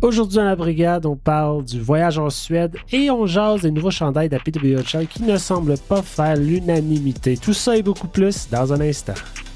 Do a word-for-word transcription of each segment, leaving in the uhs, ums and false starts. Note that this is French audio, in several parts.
Aujourd'hui, dans la brigade, on parle du voyage en Suède et on jase des nouveaux chandails d'A P W H L qui ne semblent pas faire l'unanimité. Tout ça et beaucoup plus dans un instant.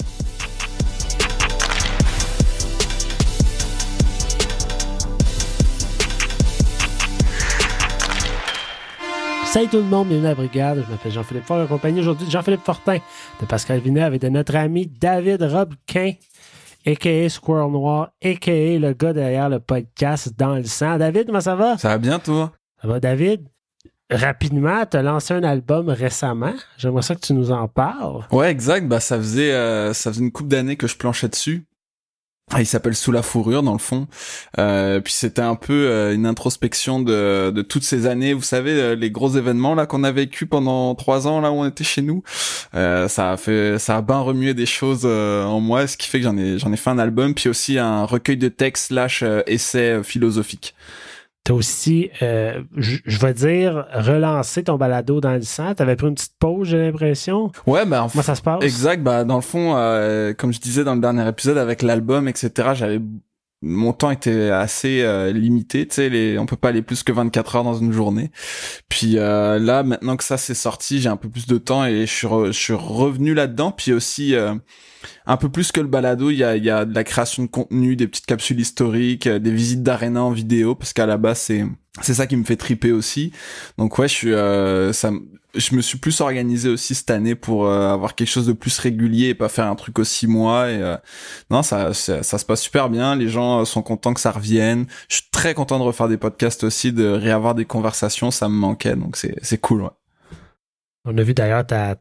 Salut tout le monde, bienvenue à la brigade. Je m'appelle Jean-Philippe Fort, accompagné aujourd'hui de Jean-Philippe Fortin, de Pascal Vinet et de notre ami David Robquin, a k a. Squirrel Noir, a k a le gars derrière le podcast Dans le sang. David, comment ça va? Ça va bien, toi? Ça va, David? Rapidement, tu as lancé un album récemment. J'aimerais ça que tu nous en parles. Ouais, exact. Bah, ça faisait, euh, ça faisait une couple d'années que je planchais dessus. Ah, il s'appelle Sous la fourrure dans le fond. Euh, puis c'était un peu euh, une introspection de, de toutes ces années. Vous savez, euh, les gros événements là qu'on a vécu pendant trois ans là où on était chez nous. Euh, ça a fait, ça a bien remué des choses euh, en moi, ce qui fait que j'en ai, j'en ai fait un album, puis aussi un recueil de textes slash euh, essais philosophiques. T'as aussi, euh, je vais dire, relancé ton balado Dans le sang. T'avais pris une petite pause, j'ai l'impression. Ouais, bah, comment ça se passe? Exact, bah, dans le fond, euh, comme je disais dans le dernier épisode avec l'album, et cetera, j'avais, mon temps était assez euh, limité, tu sais, les, on peut pas aller plus que vingt-quatre heures dans une journée. Puis euh, là, maintenant que ça c'est sorti, j'ai un peu plus de temps et je suis, re, je suis revenu là-dedans. Puis aussi, euh, un peu plus que le balado, il y a, il y a de la création de contenu, des petites capsules historiques, des visites d'aréna en vidéo, parce qu'à la base, c'est c'est ça qui me fait triper aussi. Donc ouais, je suis, euh, ça, je me suis plus organisé aussi cette année pour euh, avoir quelque chose de plus régulier et pas faire un truc aux six mois. Et euh, non, ça, ça, ça se passe super bien. Les gens sont contents que ça revienne. Je suis très content de refaire des podcasts aussi, de réavoir des conversations. Ça me manquait, donc c'est c'est cool. Ouais. On a vu d'ailleurs ta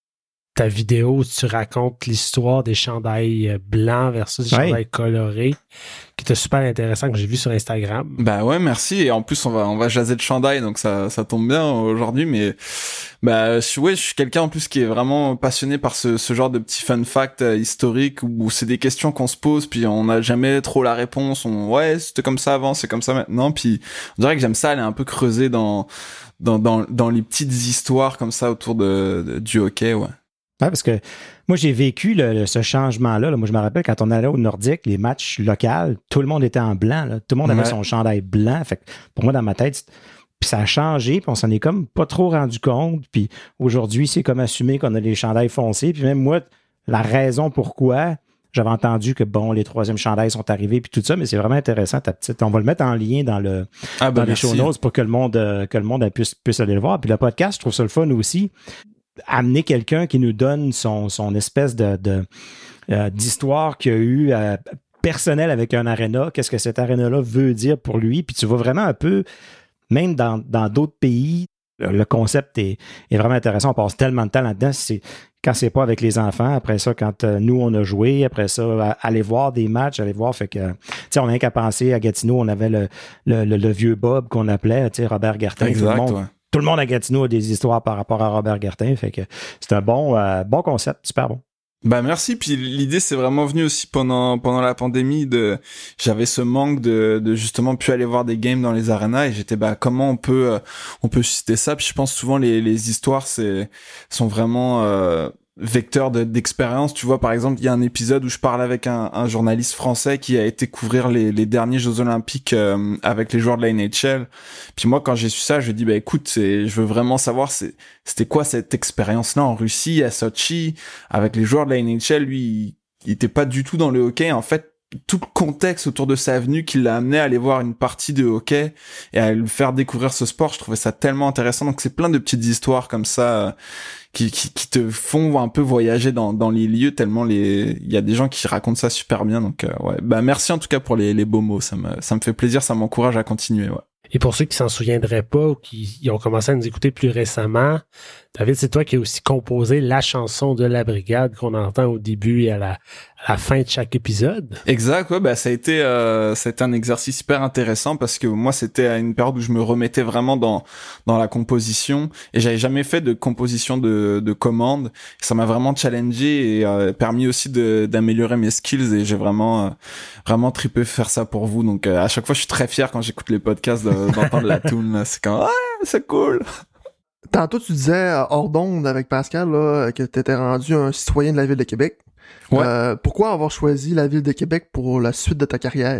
ta vidéo où tu racontes l'histoire des chandails blancs versus des ouais. chandails colorés, qui était super intéressant, que j'ai vu sur Instagram. Bah ouais, merci. Et en plus, on va, on va jaser de chandail, donc ça, ça tombe bien aujourd'hui, mais, bah, je, ouais, je suis quelqu'un en plus qui est vraiment passionné par ce, ce genre de petits fun facts euh, historiques où c'est des questions qu'on se pose, puis on n'a jamais trop la réponse. On, ouais, c'était comme ça avant, c'est comme ça maintenant, puis on dirait que j'aime ça aller un peu creuser dans, dans, dans, dans les petites histoires comme ça autour de, de du hockey, ouais. Ouais, parce que moi, j'ai vécu le, le, ce changement-là. Là. Moi, je me rappelle quand on allait au Nordique, les matchs locaux, tout le monde était en blanc. Là. Tout le monde avait ouais. son chandail blanc. Fait que pour moi, dans ma tête, puis ça a changé, puis on s'en est comme pas trop rendu compte. Puis aujourd'hui, c'est comme assumé qu'on a les chandails foncés. Puis même moi, la raison pourquoi, j'avais entendu que, bon, les troisièmes chandails sont arrivés, puis tout ça, mais c'est vraiment intéressant, ta petite. On va le mettre en lien dans le ah, ben dans les show notes pour que le monde, euh, que le monde puisse, puisse aller le voir. Puis le podcast, je trouve ça le fun aussi. Amener quelqu'un qui nous donne son, son espèce de, de euh, d'histoire qu'il y a eu euh, personnelle avec un aréna, qu'est-ce que cet aréna-là veut dire pour lui, puis tu vois vraiment un peu, même dans, dans d'autres pays, le concept est, est vraiment intéressant, on passe tellement de temps là-dedans, c'est, quand c'est pas avec les enfants, après ça, quand euh, nous on a joué, après ça, aller voir des matchs, aller voir, fait que, tu sais, on n'a qu'à penser à Gatineau, on avait le, le, le, le vieux Bob qu'on appelait, tu sais, Robert Gartin, exact, tout le monde. Ouais. Tout le monde à Gatineau a des histoires par rapport à Robert Gartin, fait que c'est un bon, euh, bon concept, super bon. Bah merci, puis l'idée c'est vraiment venu aussi pendant pendant la pandémie de j'avais ce manque de de justement pu aller voir des games dans les arénas et j'étais bah comment on peut euh, on peut susciter ça, puis je pense souvent les les histoires c'est sont vraiment euh, vecteur de, d'expérience. Tu vois, par exemple, il y a un épisode où je parle avec un, un journaliste français qui a été couvrir les, les derniers Jeux Olympiques euh, avec les joueurs de la N H L. Puis moi, quand j'ai su ça, je lui ai dit, bah écoute, c'est, je veux vraiment savoir c'est, c'était quoi cette expérience-là en Russie, à Sochi, avec les joueurs de la N H L. Lui, il, il était pas du tout dans le hockey. En fait, tout le contexte autour de sa venue qui l'a amené à aller voir une partie de hockey et à lui faire découvrir ce sport, je trouvais ça tellement intéressant. Donc c'est plein de petites histoires comme ça euh, qui, qui qui te font un peu voyager dans dans les lieux, tellement les il y a des gens qui racontent ça super bien. Donc euh, ouais, bah merci en tout cas pour les les beaux mots, ça me ça me fait plaisir, ça m'encourage à continuer, ouais. Et pour ceux qui s'en souviendraient pas ou qui ont commencé à nous écouter plus récemment, David, c'est toi qui as aussi composé la chanson de la brigade qu'on entend au début et à la, à la fin de chaque épisode. Exact, ouais, bah ça a été euh, ça a été un exercice hyper intéressant parce que moi c'était à une période où je me remettais vraiment dans dans la composition et j'avais jamais fait de composition de de commande. Ça m'a vraiment challengé et euh, permis aussi de d'améliorer mes skills et j'ai vraiment euh, vraiment trippé faire ça pour vous. Donc euh, à chaque fois je suis très fier quand j'écoute les podcasts de, d'entendre la tune, c'est quand ouais, c'est cool. Tantôt, tu disais, euh, hors d'onde avec Pascal, là, que t'étais rendu un citoyen de la Ville de Québec. Ouais. Euh, pourquoi avoir choisi la Ville de Québec pour la suite de ta carrière?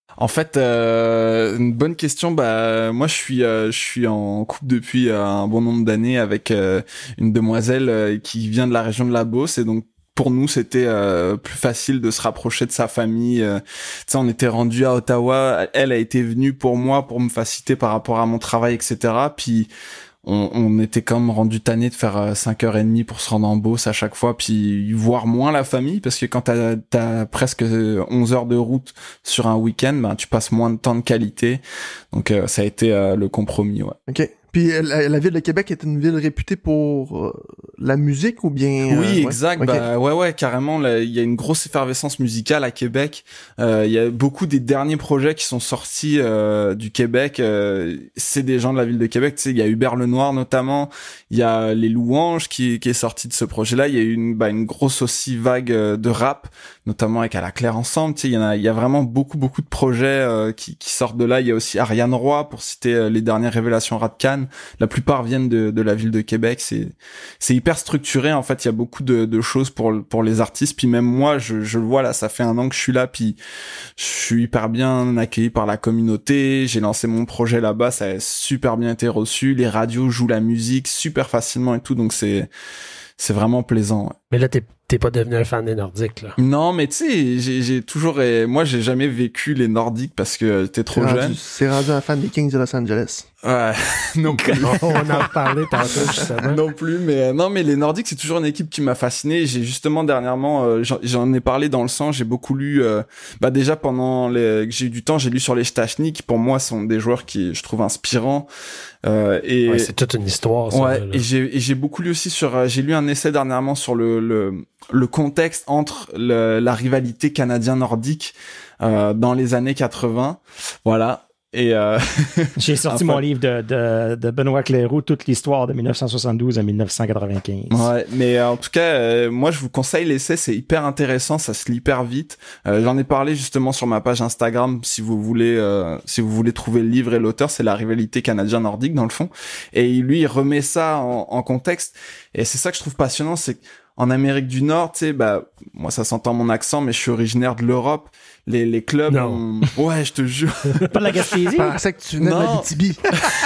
En fait, euh, une bonne question. Bah, moi, je suis, euh, je suis en couple depuis euh, un bon nombre d'années avec euh, une demoiselle euh, qui vient de la région de la Beauce, et donc pour nous, c'était euh, plus facile de se rapprocher de sa famille. Euh, tu sais, on était rendu à Ottawa. Elle a été venue pour moi pour me faciliter par rapport à mon travail, et cetera. Puis on, on était quand même rendu tanné de faire euh, cinq heures trente pour se rendre en Beauce à chaque fois, puis voir moins la famille, parce que quand t'as, t'as presque onze heures de route sur un week-end, ben tu passes moins de temps de qualité. Donc euh, ça a été euh, le compromis, ouais. OK. Puis la, la ville de Québec est une ville réputée pour euh, la musique ou bien... Oui, euh, exact. Ouais? Okay. Bah ouais, ouais, carrément. Il y a une grosse effervescence musicale à Québec. Il euh, y a beaucoup des derniers projets qui sont sortis euh, du Québec. Euh, c'est des gens de la ville de Québec. Tu sais, il y a Hubert Lenoir notamment. Il y a Les Louanges qui, qui est sorti de ce projet-là. Il y a eu une, bah, une grosse aussi vague de rap, notamment avec À la Claire Ensemble. Tu sais, il y en a, il y a vraiment beaucoup, beaucoup de projets euh, qui, qui sortent de là. Il y a aussi Ariane Roy, pour citer euh, les dernières révélations Rap Cannes. La plupart viennent de, de la ville de Québec. C'est, c'est hyper structuré. En fait, il y a beaucoup de, de choses pour, pour les artistes. Puis même moi, je, je le vois là, ça fait un an que je suis là. Puis je suis hyper bien accueilli par la communauté. J'ai lancé mon projet là-bas. Ça a super bien été reçu. Les radios jouent la musique super facilement et tout. Donc c'est, c'est vraiment plaisant. Ouais. Mais là, t'es, t'es pas devenu un fan des Nordiques, là. Non, mais tu sais, j'ai, j'ai toujours... Moi, j'ai jamais vécu les Nordiques parce que t'es trop c'est rendu, jeune. C'est rendu un fan des Kings de Los Angeles. Ouais, non plus. On en a parlé tantôt, justement. Non plus, mais non, mais les Nordiques, c'est toujours une équipe qui m'a fasciné. J'ai justement dernièrement, euh, j'en, j'en ai parlé dans le sang. J'ai beaucoup lu. Euh, bah déjà pendant les, que j'ai eu du temps, j'ai lu sur les Stachny, qui pour moi sont des joueurs qui je trouve inspirants. Euh, et ouais, c'est toute une histoire. Ça, ouais, là. et j'ai et j'ai beaucoup lu aussi sur. Euh, j'ai lu un essai dernièrement sur le le le contexte entre le, la rivalité canadien-nordique euh, dans les années quatre-vingts. Voilà. Et euh... j'ai sorti enfin, mon livre de, de, de Benoît Clairaut, toute l'histoire de dix-neuf cent soixante-douze à dix-neuf cent quatre-vingt-quinze. Ouais, mais euh, en tout cas, euh, moi je vous conseille l'essai, c'est hyper intéressant, ça se lit hyper vite. Euh, j'en ai parlé justement sur ma page Instagram, si vous voulez, euh, si vous voulez trouver le livre et l'auteur, c'est la rivalité canadien-nordique dans le fond. Et lui, il remet ça en, en contexte. Et c'est ça que je trouve passionnant, c'est qu'en Amérique du Nord, tu sais, bah moi ça s'entend mon accent, mais je suis originaire de l'Europe. Les, les clubs ont... Ouais, je te jure. Pas de la Gaspésie? Je pensais que tu venais de l'Abitibi.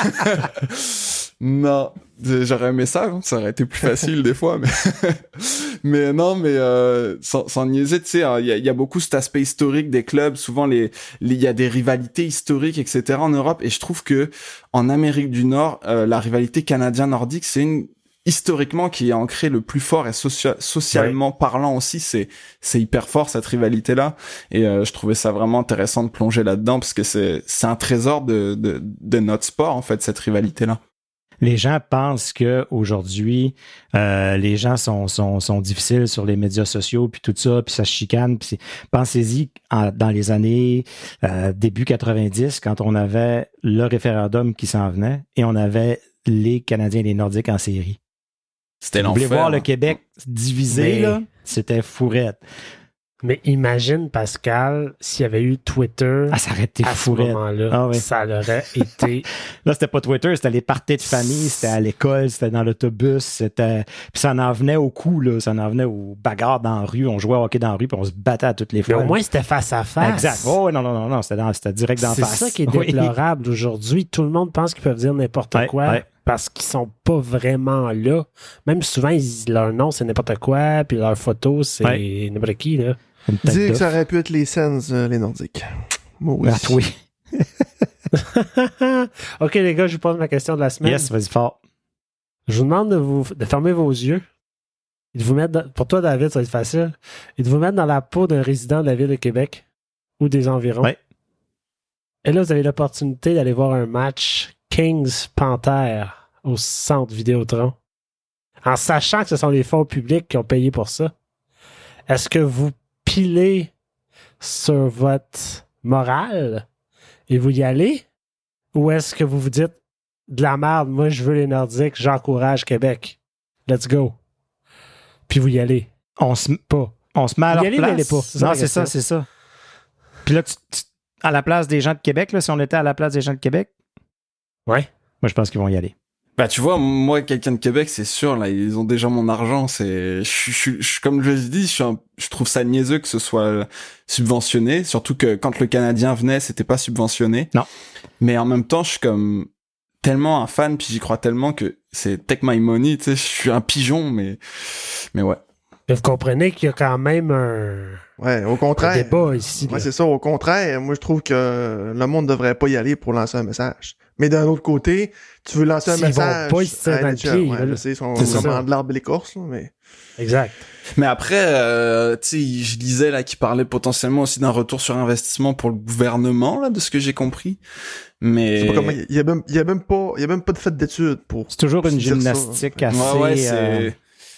Non, j'aurais aimé ça, hein. Ça aurait été plus facile des fois, mais mais non, mais euh, sans, sans niaiser, tu sais, il y a, y a beaucoup cet aspect historique des clubs. Souvent, les il y a des rivalités historiques, et cetera en Europe, et je trouve que en Amérique du Nord, euh, la rivalité canadien-nordique, c'est une historiquement qui est ancré le plus fort et socia- socialement ouais. parlant aussi, c'est c'est hyper fort cette rivalité là, et euh, je trouvais ça vraiment intéressant de plonger là-dedans parce que c'est c'est un trésor de de de notre sport en fait, cette rivalité là. Les gens pensent que aujourd'hui euh, les gens sont sont sont difficiles sur les médias sociaux puis tout ça, puis ça se chicane, puis c'est... pensez-y en, dans les années euh, début quatre-vingt-dix quand on avait le référendum qui s'en venait et on avait les Canadiens et les Nordiques en série. C'était l'enfer. Vous voulez voir le Québec divisé, mais... là? C'était fourrette. Mais imagine, Pascal, s'il y avait eu Twitter ah, ça aurait été à fourette. ce moment-là, ah, oui. ça aurait été... Là, c'était pas Twitter, c'était les parties de famille, c'était à l'école, c'était dans l'autobus, c'était... Puis ça en venait au coup, là, ça en venait aux bagarres dans la rue, on jouait au hockey dans la rue, puis on se battait à toutes les fois. Mais au moins, c'était face à face. Exact. Oh, non, non, non, non, c'était, dans, c'était direct d'en face. C'est ça qui est déplorable oui. aujourd'hui. Tout le monde pense qu'ils peuvent dire n'importe ouais, quoi. Ouais. Parce qu'ils sont pas vraiment là. Même souvent, ils, leur nom, c'est n'importe quoi, puis leur photo, c'est ouais. n'importe qui, là. Dis que ça aurait pu être les Sens, euh, les Nordiques. Moi aussi. Ah, oui. OK, les gars, je vous pose ma question de la semaine. Yes, vas-y fort. Je vous demande de, vous, de fermer vos yeux et de vous mettre... Dans, pour toi, David, ça va être facile. Et de vous mettre dans la peau d'un résident de la ville de Québec ou des environs. Ouais. Et là, vous avez l'opportunité d'aller voir un match Kings-Panthers au centre Vidéotron, en sachant que ce sont les fonds publics qui ont payé pour ça. Est-ce que vous pilez sur votre morale et vous y allez? Ou est-ce que vous vous dites de la merde, moi je veux les Nordiques, j'encourage Québec. Let's go. Puis vous y allez. On se pas. On se met à leur allez, place. Mais pas. C'est non, c'est ça, c'est ça. Puis là, tu, tu, à la place des gens de Québec, là, si on était à la place des gens de Québec, ouais. Moi, je pense qu'ils vont y aller. Bah tu vois, moi quelqu'un de Québec, c'est sûr, là ils ont déjà mon argent, c'est je je, je comme je l'ai dit, je suis un... je trouve ça niaiseux que ce soit subventionné, surtout que quand le Canadien venait, c'était pas subventionné. Non. Mais en même temps, je suis comme tellement un fan, puis j'y crois tellement que c'est take my money, tu sais, je suis un pigeon, mais mais ouais. Mais vous comprenez qu'il y a quand même un, Ouais, au contraire. un débat ici. Ouais, là. c'est ça. Au contraire, moi, je trouve que le monde devrait pas y aller pour lancer un message. Mais d'un autre côté, tu veux lancer un S'ils message. vont pas, ils se tirent à dans le N H L, pied, ils ouais, veulent- je sais, ils sont C'est vraiment ça. de l'arbre et l'écorce, là, mais. Exact. Mais après, euh, tu sais, je lisais là qu'il parlait potentiellement aussi d'un retour sur investissement pour le gouvernement, là, de ce que j'ai compris. Mais Je sais pas comment. Il y a même, il y a même pas, il y a même pas de fait d'études pour. C'est toujours une dire ça, gymnastique hein. assez... ouais, ouais, c'est. euh,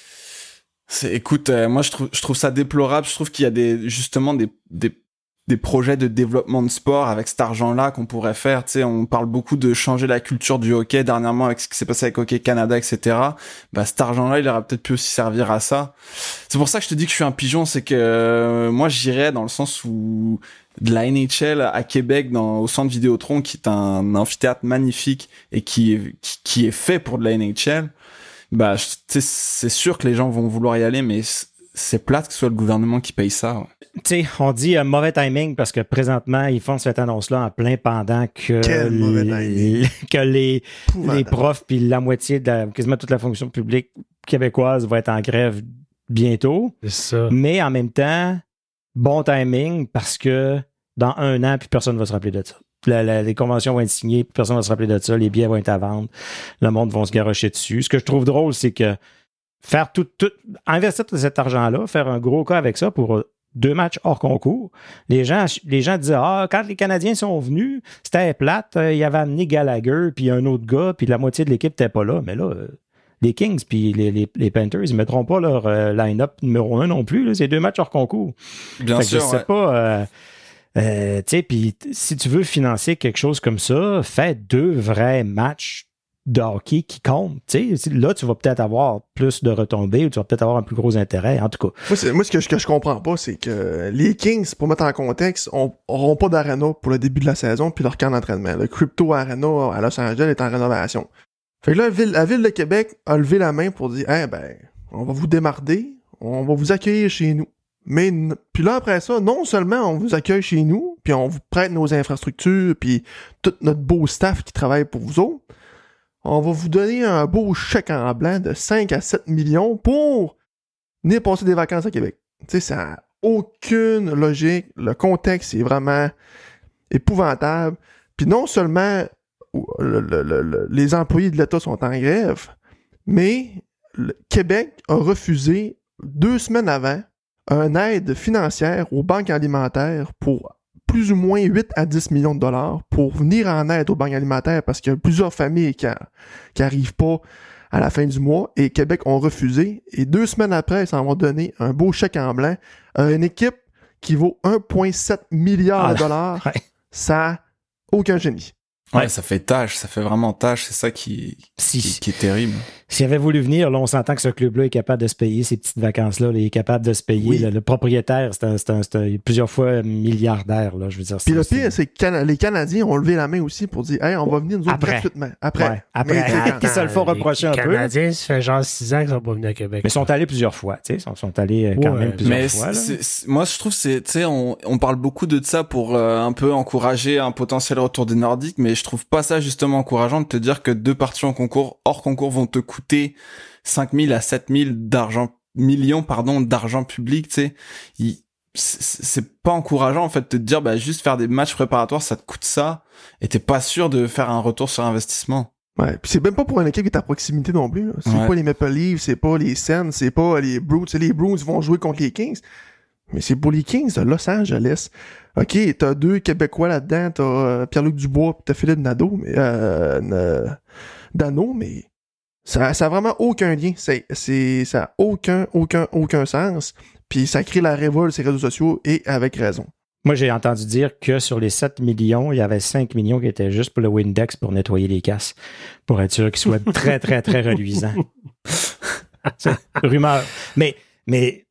C'est, écoute, euh, moi je trouve, je trouve ça déplorable. Je trouve qu'il y a des, justement des, des, des projets de développement de sport avec cet argent-là qu'on pourrait faire. Tu sais, on parle beaucoup de changer la culture du hockey dernièrement avec ce qui s'est passé avec Hockey Canada, et cetera. Bah, cet argent-là, il aurait peut-être pu aussi servir à ça. C'est pour ça que je te dis que je suis un pigeon, c'est que euh, moi j'irais dans le sens où de la N H L à Québec, dans, au centre Vidéotron, qui est un amphithéâtre magnifique et qui est, qui, qui est fait pour de la N H L. Bah, tu sais, c'est sûr que les gens vont vouloir y aller, mais c'est plate que ce soit le gouvernement qui paye ça. Ouais. Tu sais, on dit un mauvais timing parce que présentement, ils font cette annonce-là en plein pendant que, Quel mauvais les, que les, Épouvantable. les profs puis la moitié de la, quasiment toute la fonction publique québécoise va être en grève bientôt. C'est ça. Mais en même temps, bon timing parce que dans un an, puis personne ne va se rappeler de ça. La, la, les conventions vont être signées, puis personne ne va se rappeler de ça, les billets vont être à vendre, le monde va se garrocher dessus. Ce que je trouve drôle, c'est que faire tout, tout, investir tout cet argent-là, faire un gros cas avec ça pour deux matchs hors concours, les gens, les gens disaient, ah, quand les Canadiens sont venus, c'était plate, euh, ils avaient amené Gallagher, puis un autre gars, puis la moitié de l'équipe n'était pas là. Mais là, euh, les Kings puis les, les, les Panthers, ils ne mettront pas leur euh, line-up numéro un non plus, là, c'est deux matchs hors concours. Bien Fait que sûr. je sais Ouais. pas, euh, euh, tu sais, puis si tu veux financer quelque chose comme ça, fais deux vrais matchs de hockey qui comptent. Tu sais, là, tu vas peut-être avoir plus de retombées ou tu vas peut-être avoir un plus gros intérêt. En tout cas, Moi, c'est- moi, ce que, ce que je comprends pas, c'est que les Kings, pour mettre en contexte, on- auront pas d'arena pour le début de la saison puis leur camp d'entraînement. Le Crypto Arena à Los Angeles est en rénovation. Fait que là, la ville, la ville de Québec a levé la main pour dire, eh ben, on va vous démarder, on va vous accueillir chez nous. Mais, n- puis là, après ça, non seulement on vous accueille chez nous, puis on vous prête nos infrastructures, puis tout notre beau staff qui travaille pour vous autres, on va vous donner un beau chèque en blanc de cinq à sept millions pour venir passer des vacances à Québec. Tu sais, ça n'a aucune logique. Le contexte est vraiment épouvantable. Puis non seulement le- le- le- le- les employés de l'État sont en grève, mais le Québec a refusé deux semaines avant une aide financière aux banques alimentaires pour plus ou moins huit à dix millions de dollars pour venir en aide aux banques alimentaires parce qu'il y a plusieurs familles qui n'arrivent pas à la fin du mois et Québec ont refusé. Et deux semaines après, ils s'en vont donner un beau chèque en blanc à une équipe qui vaut un virgule sept milliard Ah, de dollars. ouais. Ça n'a aucun génie. Ouais, Ouais. ça fait tâche, ça fait vraiment tâche. C'est ça qui, si, qui, qui est terrible. s'il avait voulu venir, là, on s'entend que ce club-là est capable de se payer ces petites vacances-là. Là, il est capable de se payer. Oui. Là, le propriétaire, c'est un, c'est un- c'est un- plusieurs fois milliardaire. Là, je veux dire, Puis le c'est- pire, c'est que Cana- les Canadiens ont levé la main aussi pour dire hey, on va venir nous autres Après. gratuitement. Après. Ouais, après. Mais, tu sais, Ah, quand- Ils se le font Les reprocher un peu. Les Canadiens, ça fait genre six ans qu'ils sont pas venus à Québec. Mais ils sont allés plusieurs fois. Tu sais, ils sont, sont allés euh, quand Ouais. même plusieurs Mais fois. Là. c'est- c'est- moi, je trouve, c'est, tu sais, on, on parle beaucoup de ça pour euh, un peu encourager un potentiel retour des Nordiques, mais je trouve pas ça justement encourageant de te dire que deux parties en concours, hors concours, vont te coûter cinq mille à sept mille d'argent, millions, pardon, d'argent public, tu sais. Il- C'est c'est pas encourageant, en fait, de te dire, bah, juste faire des matchs préparatoires, ça te coûte ça, et t'es pas sûr de faire un retour sur investissement. Ouais, puis c'est même pas pour une équipe qui est à proximité non plus. là. C'est Ouais. pas les Maple Leafs, c'est pas les Sens, c'est pas les Bruins. Tu sais, les Bruins vont jouer contre les Kings. Mais c'est pour les Kings de Los Angeles. OK, t'as deux Québécois là-dedans, t'as euh, Pierre-Luc Dubois pis t'as Philippe Nadeau, mais euh, euh, Dano, mais ça, ça a vraiment aucun lien. C'est, c'est, ça a aucun, aucun, aucun sens. Puis ça crée la révolte sur les réseaux sociaux et avec raison. Moi, j'ai entendu dire que sur les sept millions, il y avait cinq millions qui étaient juste pour le Windex pour nettoyer les casses, pour être sûr qu'ils soient très, très, très reluisants. C'est rumeur. Mais, mais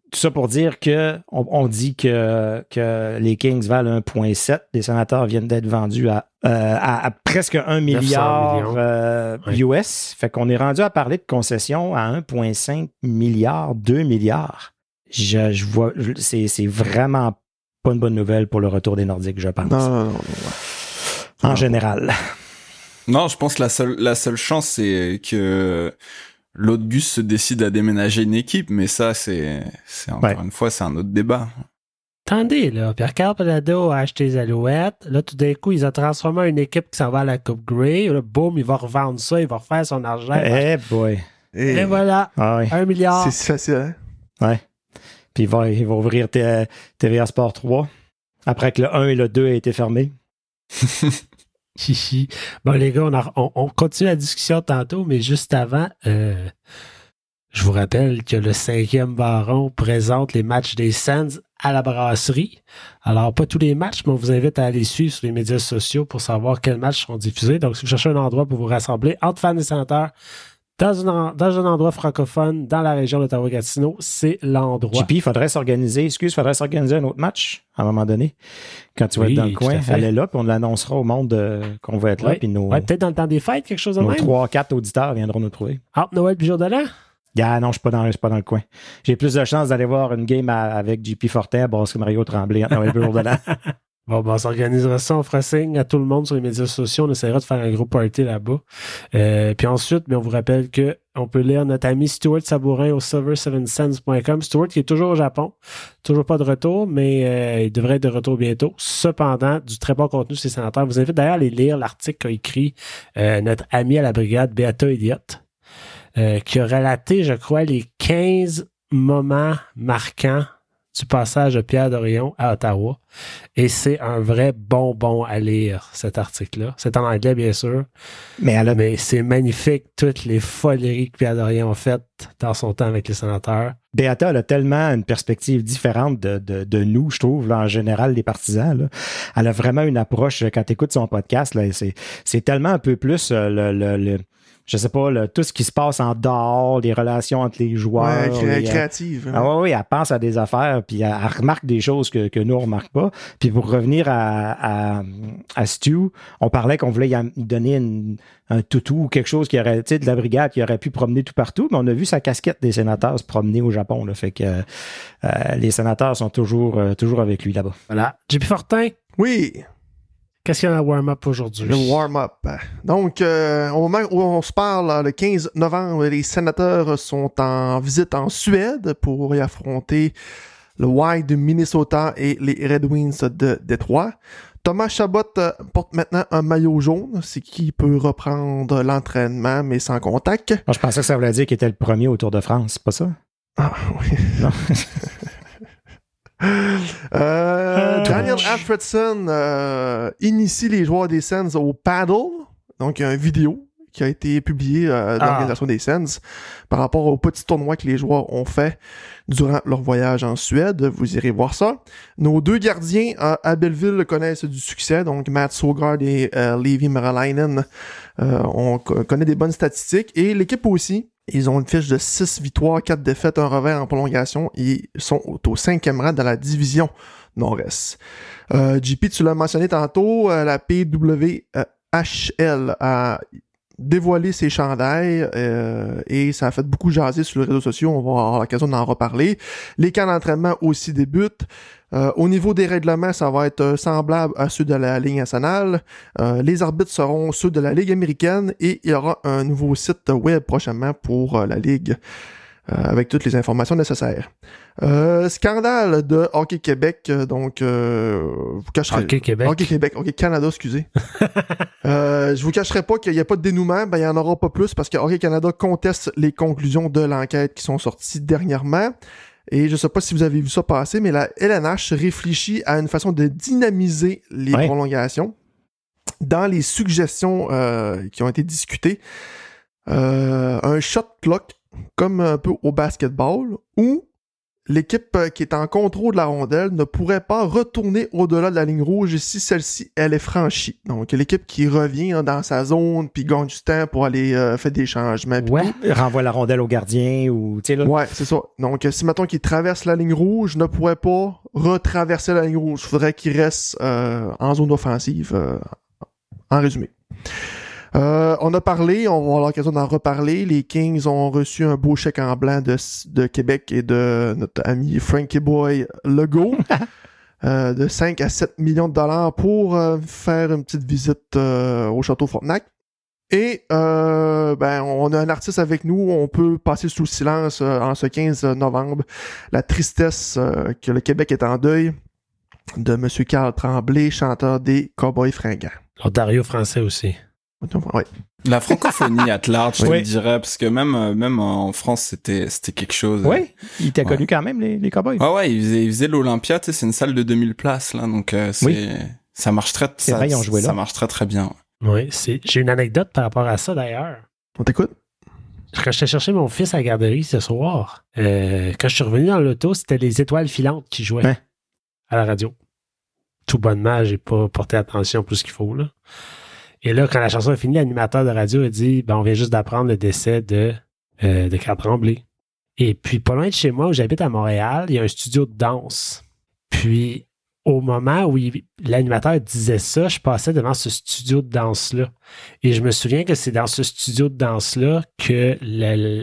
tout ça pour dire que on, on dit que, que les Kings valent un virgule sept. Les Sénateurs viennent d'être vendus à, euh, à, à presque un milliard euh, oui. U S. Fait qu'on est rendu à parler de concessions à un virgule cinq milliard, deux milliards. Je, je vois, je, c'est, c'est vraiment pas une bonne nouvelle pour le retour des Nordiques, je pense. Non, non, non, non. En non. général. Non, je pense que la seule, la seule chance, c'est que l'autre Gus se décide à déménager une équipe, mais ça, c'est, c'est encore Ouais. une fois, c'est un autre débat. Attendez, là. Pierre-Carl Pellado a acheté les Alouettes. Là, tout d'un coup, ils ont transformé en une équipe qui s'en va à la Coupe Grey. Là, boum, il va revendre ça, il va refaire son argent. Eh boy. Et, Et voilà, Ah oui. un milliard. c'est si facile, hein? Ouais. Puis il va, il va ouvrir T- TVA Sport trois après que le un et le deux aient été fermés. Chichi. Bon, les gars, on, a- on, on continue la discussion tantôt, mais juste avant, euh, je vous rappelle que le cinquième baron présente les matchs des Sens à la brasserie. Alors, pas tous les matchs, mais on vous invite à aller suivre sur les médias sociaux pour savoir quels matchs seront diffusés. Donc, si vous cherchez un endroit pour vous rassembler entre fans et sénateurs, dans un, dans un endroit francophone, dans la région d'Ottawa-Gatineau, c'est l'endroit. J P, il faudrait s'organiser, excuse, il faudrait s'organiser un autre match à un moment donné. Quand tu vas Oui, être dans le tout coin, à fait. allez là, puis on l'annoncera au monde euh, qu'on va être là, Ouais. puis nos, Ouais, peut-être dans le temps des fêtes, quelque chose de nos même. trois, quatre auditeurs viendront nous trouver. Entre Noël et jour de l'an. Ah non, je suis pas dans, je suis pas dans le coin. J'ai plus de chances d'aller voir une game à- avec J P Fortin, Brasserie Mario Tremblay, entre Noël et jour de l'an. Bon, ben, on s'organisera ça, on fera signe à tout le monde sur les médias sociaux, on essaiera de faire un gros party là-bas. Euh, puis ensuite, ben, on vous rappelle que on peut lire notre ami Stuart Sabourin au silver seven cents point com. Stuart qui est toujours au Japon, toujours pas de retour, mais euh, il devrait être de retour bientôt. Cependant, du très bon contenu sur les sénateurs. Je vous invite d'ailleurs à aller lire l'article qu'a écrit euh, notre ami à la brigade, Beata Elliott, euh, qui a relaté, je crois, les quinze moments marquants du passage de Pierre Dorion à Ottawa. Et c'est un vrai bonbon à lire, cet article-là. C'est en anglais, bien sûr, Mais elle a, mais c'est magnifique, toutes les foleries que Pierre Dorion a faites dans son temps avec les sénateurs. Beata, elle a tellement une perspective différente de, de, de nous, je trouve, là, en général, les partisans. Là. Elle a vraiment une approche, quand tu écoutes son podcast, là, c'est, c'est tellement un peu plus euh, le, le, le je sais pas, le, tout ce qui se passe en dehors, les relations entre les joueurs. Ouais, cré- les, euh, créative. hein. Ah ouais, oui, elle pense à des affaires, puis elle, elle remarque des choses que, que nous, on remarque pas. Puis pour revenir à, à, à Stu, on parlait qu'on voulait y am- y donner une, un toutou ou quelque chose qui aurait, tu sais, de la brigade qui aurait pu promener tout partout, mais on a vu sa casquette des sénateurs se promener au Japon. Là, fait que euh, les sénateurs sont toujours, euh, toujours avec lui là-bas. Voilà. J P Fortin, Oui, qu'est-ce qu'il y a dans le warm-up aujourd'hui? le warm-up. Donc, euh, au moment où on se parle, le quinze novembre, les sénateurs sont en visite en Suède pour y affronter le Wild de Minnesota et les Red Wings de Détroit. Thomas Chabot euh, porte maintenant un maillot jaune, c'est qui peut reprendre l'entraînement, mais sans contact. Moi, je pensais que ça voulait dire qu'il était le premier au Tour de France, c'est pas ça? Ah, oui. Non. Euh, Euh, Daniel Alfredson euh, initie les joueurs des Sens au paddle. Donc, il y a une vidéo qui a été publiée euh, dans Ah. l'organisation des Sens par rapport au petit tournoi que les joueurs ont fait durant leur voyage en Suède. Vous irez voir ça. Nos deux gardiens euh, à Belleville connaissent du succès. Donc, Matt Sogard et euh, Levi Meralainen, euh, on co- connaît des bonnes statistiques. Et l'équipe aussi. Ils ont une fiche de six victoires, quatre défaites, un revers en prolongation. Ils sont au, au cinquième rang de la division Nord-Est. Euh, J P, tu l'as mentionné tantôt, euh, la P W H L a dévoilé ses chandails euh, et ça a fait beaucoup jaser sur les réseaux sociaux. On va avoir l'occasion d'en reparler. Les camps d'entraînement aussi débutent. Euh, au niveau des règlements, ça va être semblable à ceux de la Ligue nationale. Euh, les arbitres seront ceux de la Ligue américaine et il y aura un nouveau site web prochainement pour euh, la Ligue euh, avec toutes les informations nécessaires. Euh, scandale de Hockey Québec, euh, donc euh, vous cacherez... Hockey Québec. Hockey Québec, Hockey Canada, excusez. euh, je vous cacherai pas qu'il n'y a pas de dénouement, ben il y en aura pas plus parce que Hockey Canada conteste les conclusions de l'enquête qui sont sorties dernièrement. Et je sais pas si vous avez vu ça passer, mais la L N H réfléchit à une façon de dynamiser les Ouais. prolongations. Dans les suggestions euh, qui ont été discutées, euh, un shot clock, comme un peu au basketball, ou l'équipe qui est en contrôle de la rondelle ne pourrait pas retourner au-delà de la ligne rouge si celle-ci, elle est franchie. Donc, l'équipe qui revient hein, dans sa zone puis gagne du temps pour aller euh, faire des changements. Ouais, tout. Renvoie la rondelle au gardien ou, tu sais, là. Ouais, c'est ça. Donc, si, mettons qu'il traverse la ligne rouge, ne pourrait pas retraverser la ligne rouge. Il faudrait qu'il reste euh, en zone offensive, euh, en résumé. Euh, on a parlé, on va avoir l'occasion d'en reparler. Les Kings ont reçu un beau chèque en blanc de, de Québec et de notre ami Frankie Boy Legault euh, de cinq à sept millions de dollars pour euh, faire une petite visite euh, au Château Frontenac. Et euh, ben on a un artiste avec nous, on peut passer sous silence euh, en ce quinze novembre la tristesse euh, que le Québec est en deuil de M. Carl Tremblay, chanteur des Cowboys Fringants. L'Ontario français aussi. Ouais. La francophonie at large, je oui. te dirais, parce que même, même en France, c'était, c'était quelque chose. Oui, il était connu ouais. quand même, les, les Cowboys. Ouais, ouais, ils faisaient, ils faisaient l'Olympia, tu sais, c'est une salle de deux mille places, là, donc euh, c'est, oui. ça marche très, c'est ça, vrai, ils ont joué là. ça marche très, très bien. Oui, c'est, j'ai une anecdote par rapport à ça, d'ailleurs. On t'écoute? Quand j'étais chercher mon fils à la garderie ce soir, euh, quand je suis revenu dans l'auto, c'était les Étoiles filantes qui jouaient hein? à la radio. Tout bonnement, j'ai pas porté attention plus qu'il faut, là. Et là, quand la chanson est finie, l'animateur de radio a dit ben, on vient juste d'apprendre le décès de, euh, de Carl Tremblay. Et puis, pas loin de chez moi, où j'habite à Montréal, il y a un studio de danse. Puis, au moment où il, l'animateur disait ça, je passais devant ce studio de danse-là. Et je me souviens que c'est dans ce studio de danse-là que le,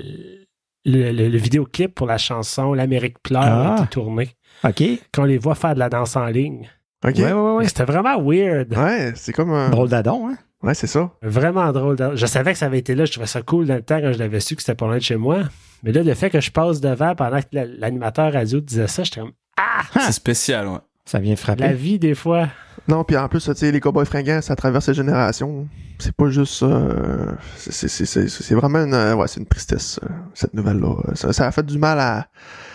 le, le, le vidéoclip pour la chanson L'Amérique pleure ah. a été tourné. OK. Quand on les voit faire de la danse en ligne. OK. Ouais, ouais, ouais. C'était vraiment weird. Ouais, c'est comme un... drôle d'adon, hein? Ouais, c'est ça. Vraiment drôle. Je savais que ça avait été là. Je trouvais ça cool dans le temps quand je l'avais su que c'était pas loin de chez moi. Mais là, le fait que je passe devant pendant que l'animateur radio disait ça, j'étais comme ah! C'est spécial, ouais. Ça vient frapper. La vie, des fois. Non, puis en plus, tu sais, les Cowboys Fringants, ça traverse les générations. C'est pas juste... Euh, c'est, c'est, c'est, c'est, c'est vraiment une... Ouais, c'est une tristesse, euh, cette nouvelle-là. Ça, ça a fait du mal à,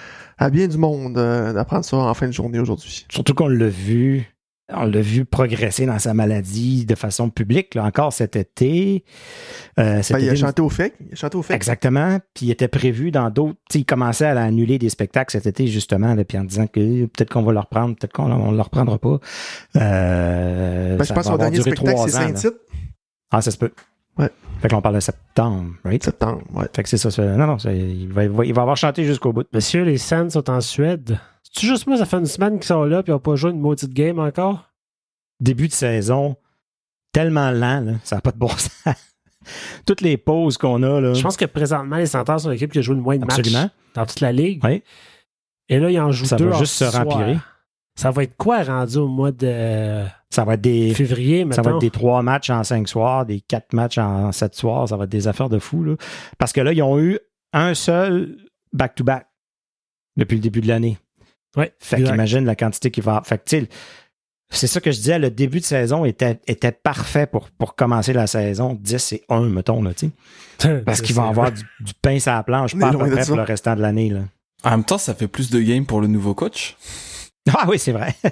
à bien du monde euh, d'apprendre ça en fin de journée aujourd'hui. Surtout qu'on l'a vu... On l'a vu progresser dans sa maladie de façon publique, là, encore cet été. Euh, cet ben, été il a chanté au F E C. Il a chanté au F E C. Exactement. Puis il était prévu dans d'autres... Il commençait à annuler des spectacles cet été, justement, là, puis en disant que peut-être qu'on va le reprendre, peut-être qu'on ne le reprendra pas. Euh, ben, je pense que son dernier spectacle, c'est Saint-Tite. Ah, ça se peut. Ouais. Fait qu'on parle de septembre, right? Septembre, ouais. Fait que c'est ça. ça non, non, ça, il, va, il, va, il va avoir chanté jusqu'au bout. Monsieur, les Sands sont en Suède. C'est-tu juste moi, ça fait une semaine qu'ils sont là puis ils n'ont pas joué une maudite game encore? Début de saison, tellement lent, là, ça n'a pas de bon sens. Toutes les pauses qu'on a, là. Je pense que présentement, les Centaures sont l'équipe qui a joué le moins de Absolument. matchs dans toute la ligue. Oui. Et là, ils en jouent ça deux. Ça va juste se rempirer. Ça va être quoi rendu au mois de ça va être des, février, mettons? Ça va être des trois matchs en cinq soirs, des quatre matchs en sept soirs. Ça va être des affaires de fou, là. Parce que là, ils ont eu un seul back-to-back depuis le début de l'année. Oui. Fait qu'imagine la quantité qu'il va avoir. Fait que, tu sais, c'est ça que je disais, le début de saison était, était parfait pour, pour commencer la saison. dix et un, mettons, là, tu sais. Parce qu'ils vont avoir du, du pain sur la planche, pas à peu près pour le restant de l'année, là. En même temps, ça fait plus de games pour le nouveau coach. Ah oui, c'est vrai.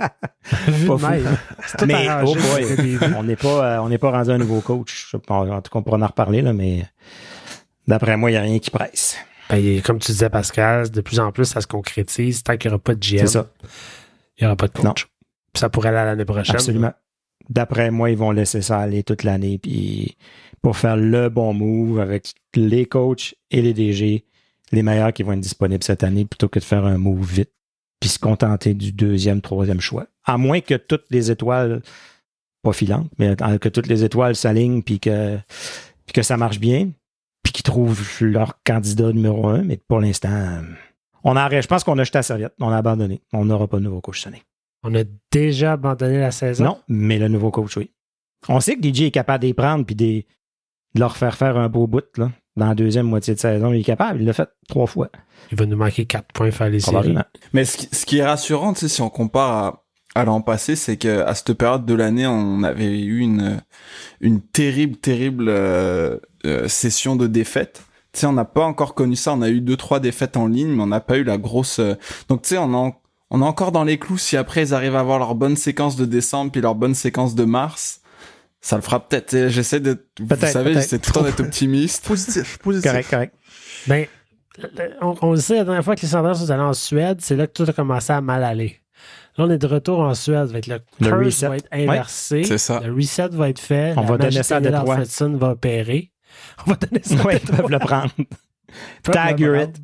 Vu de même. C'est mais oh boy, on n'est pas, euh, on n'est pas rendu un nouveau coach. En tout cas, on pourra en reparler, là, mais d'après moi, il n'y a rien qui presse. Ben, comme tu disais, Pascal, de plus en plus, ça se concrétise. Tant qu'il n'y aura pas de G M, c'est ça. Il n'y aura pas de coach. Non. Puis ça pourrait aller l'année prochaine. Absolument. Là. D'après moi, ils vont laisser ça aller toute l'année puis pour faire le bon move avec les coachs et les D G, les meilleurs qui vont être disponibles cette année plutôt que de faire un move vite puis se contenter du deuxième, troisième choix. À moins que toutes les étoiles, pas filantes, mais que toutes les étoiles s'alignent puis que, puis que ça marche bien puis qu'ils trouvent leur candidat numéro un. Mais pour l'instant, on arrête. Je pense qu'on a jeté la serviette. On a abandonné. On n'aura pas de nouveau coach cette année. On a déjà abandonné la saison? Non, mais le nouveau coach, oui. On sait que D J est capable de les prendre puis de leur faire faire un beau bout là, dans la deuxième moitié de saison. Il est capable. Il l'a fait trois fois. Il va nous manquer quatre points faire les séries. Mais ce qui, ce qui est rassurant, tu sais, si on compare à, à l'an passé, c'est qu'à cette période de l'année, on avait eu une, une terrible, terrible euh, euh, session de défaites. Tu sais, on n'a pas encore connu ça. On a eu deux, trois défaites en ligne, mais on n'a pas eu la grosse... Euh... Donc, tu sais, on a... On est encore dans les clous. Si après, ils arrivent à avoir leur bonne séquence de décembre puis leur bonne séquence de mars, ça le fera peut-être. J'essaie de... Vous savez, j'essaie tout le temps d'être optimiste. Positif, positif. Correct, correct. Ben, on, on le sait, la dernière fois que les Senators sont allés en Suède, c'est là que tout a commencé à mal aller. Là, on est de retour en Suède. Avec le Le curse reset. va être inversé. Ouais, c'est ça. Le reset va être fait. On la va donner magie ça à Daniel Détroit. Alfredson va opérer. On va donner ça à Oui, ils Détroit. peuvent le prendre. Peuvent Tag le it.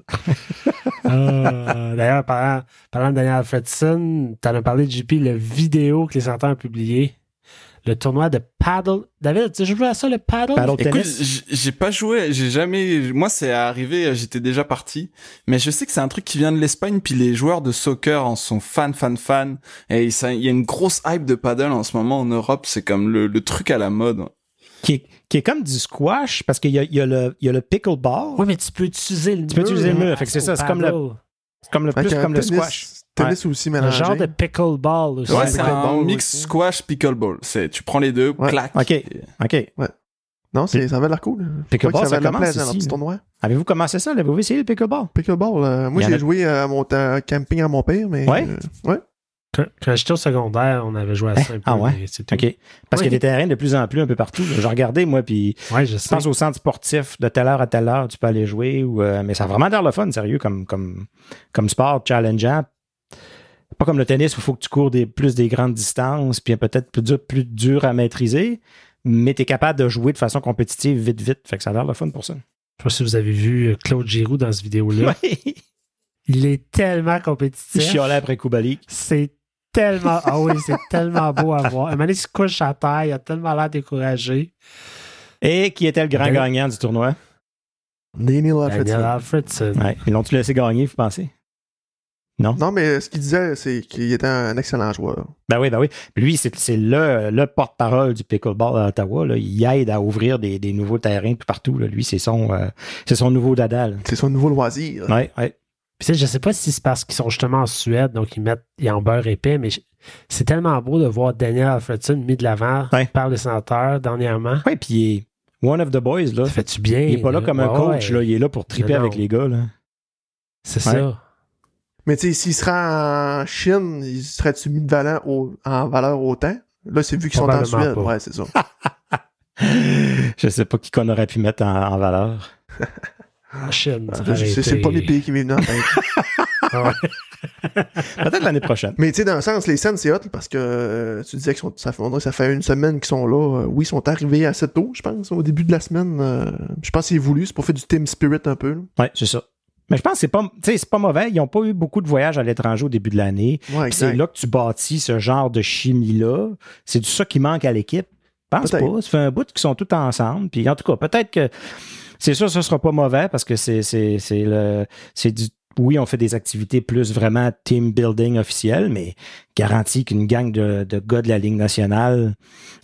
Euh, D'ailleurs, parlant, parlant de Daniel Alfredson, t'en as parlé de J P, le vidéo que les Senators ont publié. Le tournoi de paddle. David, tu as joué à ça, le paddle? Paddle Écoute, tennis. j- j'ai pas joué, j'ai jamais, moi c'est arrivé, j'étais déjà parti, mais je sais que c'est un truc qui vient de l'Espagne, puis les joueurs de soccer en sont fans, fans, fans, et ça, il y a une grosse hype de paddle en ce moment en Europe, c'est comme le, le truc à la mode. Qui est, qui est comme du squash, parce qu'il y a, il y a le, il y a le pickleball. Oui, mais tu peux utiliser le mur. Tu peux utiliser le mur, hein, fait que c'est ça, au c'est comme le- paddle. C'est comme le, Fait plus que comme le tennis- squash. Tennis aussi Un mélangé. genre de pickleball aussi. Ouais, Ouais, c'est pickleball un mix aussi. squash pickleball, c'est, tu prends les deux, Ouais. clac. OK. et- OK. Non, c'est, ça avait l'air cool. Pickleball, Ouais, ça avait l'air commence plaisant, ici, leur petit là. tournoi. Avez-vous commencé ça? L'avez-vous essayé le pickleball? Pickleball, euh, moi Il y en j'ai a- joué à mon temps camping à mon père, mais... Ouais? euh, ouais. Quand, quand j'étais au secondaire, on avait joué à ça un peu. Ah ouais? mais c'est tout. OK. Parce Oui. qu'il y a des terrains de plus en plus un peu partout. J'ai regardé, moi, puis Ouais, je je sais. pense au centre sportif, de telle heure à telle heure, tu peux aller jouer. Ou, euh, mais ça a vraiment l'air le fun, sérieux, comme, comme, comme sport challengeant. Pas comme le tennis où il faut que tu cours des, plus des grandes distances, puis peut-être plus dur, plus dur à maîtriser, mais tu es capable de jouer de façon compétitive vite, vite. Fait que ça a l'air le fun pour ça. Je sais pas si vous avez vu Claude Giroux dans cette vidéo-là. Ouais. Il est tellement Il compétitif. chialait après Kubalik. C'est tellement... Ah oui, c'est tellement beau à voir. Un moment donné, il se couche à terre. Il a tellement l'air découragé. Et qui était le grand Ben- gagnant du tournoi? Daniel Daniel Alfredson. Alfredson. Ouais. Ils l'ont-tu laissé gagner, vous pensez? Non? Non, mais ce qu'il disait, c'est qu'il était un excellent joueur. Ben oui, ben oui. Puis lui, c'est, c'est le, le porte-parole du pickleball à Ottawa. Là. Il aide à ouvrir des, des nouveaux terrains tout partout. Là. Lui, c'est son, euh, c'est son nouveau dada. là. C'est son nouveau loisir. Ouais, ouais. Puis, tu sais, je sais pas si c'est parce qu'ils sont justement en Suède, donc ils mettent, ils en beurre épais, mais je- c'est tellement beau de voir Daniel Alfredson mis de l'avant Ouais. par les Senateurs dernièrement. Ouais, puis il est one of the boys. Là. Ça fait-tu bien? Il est pas là comme un Ouais, coach. ouais. Là. Il est là pour triper Non, non. avec les gars. Là. C'est Ouais. ça. Mais tu sais, s'il sera en Chine, il serait-tu mis de valeur au- en valeur autant? Là, c'est vu qu'ils sont en Probablement Suède. pas. Ouais, c'est ça. Je sais pas qui qu'on aurait pu mettre en, en valeur. En Chine, ça Je- aurait c'est, été- c'est pas les pays qui m'est venu en tête. Ah ouais. Peut-être l'année prochaine. Mais tu sais, dans un sens, les scènes, c'est hot parce que euh, tu disais que sont- ça, fait, on dirait que ça fait une semaine qu'ils sont là. Euh, oui, ils sont arrivés assez tôt, je pense, au début de la semaine. Euh, je pense que c'est voulu, c'est pour faire du team spirit un peu. là. Ouais, c'est ça. Mais je pense que c'est pas, tu sais, c'est pas mauvais. Ils n'ont pas eu beaucoup de voyages à l'étranger au début de l'année. Ouais, Puis c'est exact. là que tu bâtis ce genre de chimie-là. C'est du ça qui manque à l'équipe. Je pense Peut-être. pas. Ça fait un bout qu'ils sont tous ensemble. Puis en tout cas, peut-être que c'est sûr, ce sera pas mauvais parce que c'est, c'est, c'est le, c'est du, oui, on fait des activités plus vraiment team building officiel, mais garantie qu'une gang de, de gars de la Ligue nationale,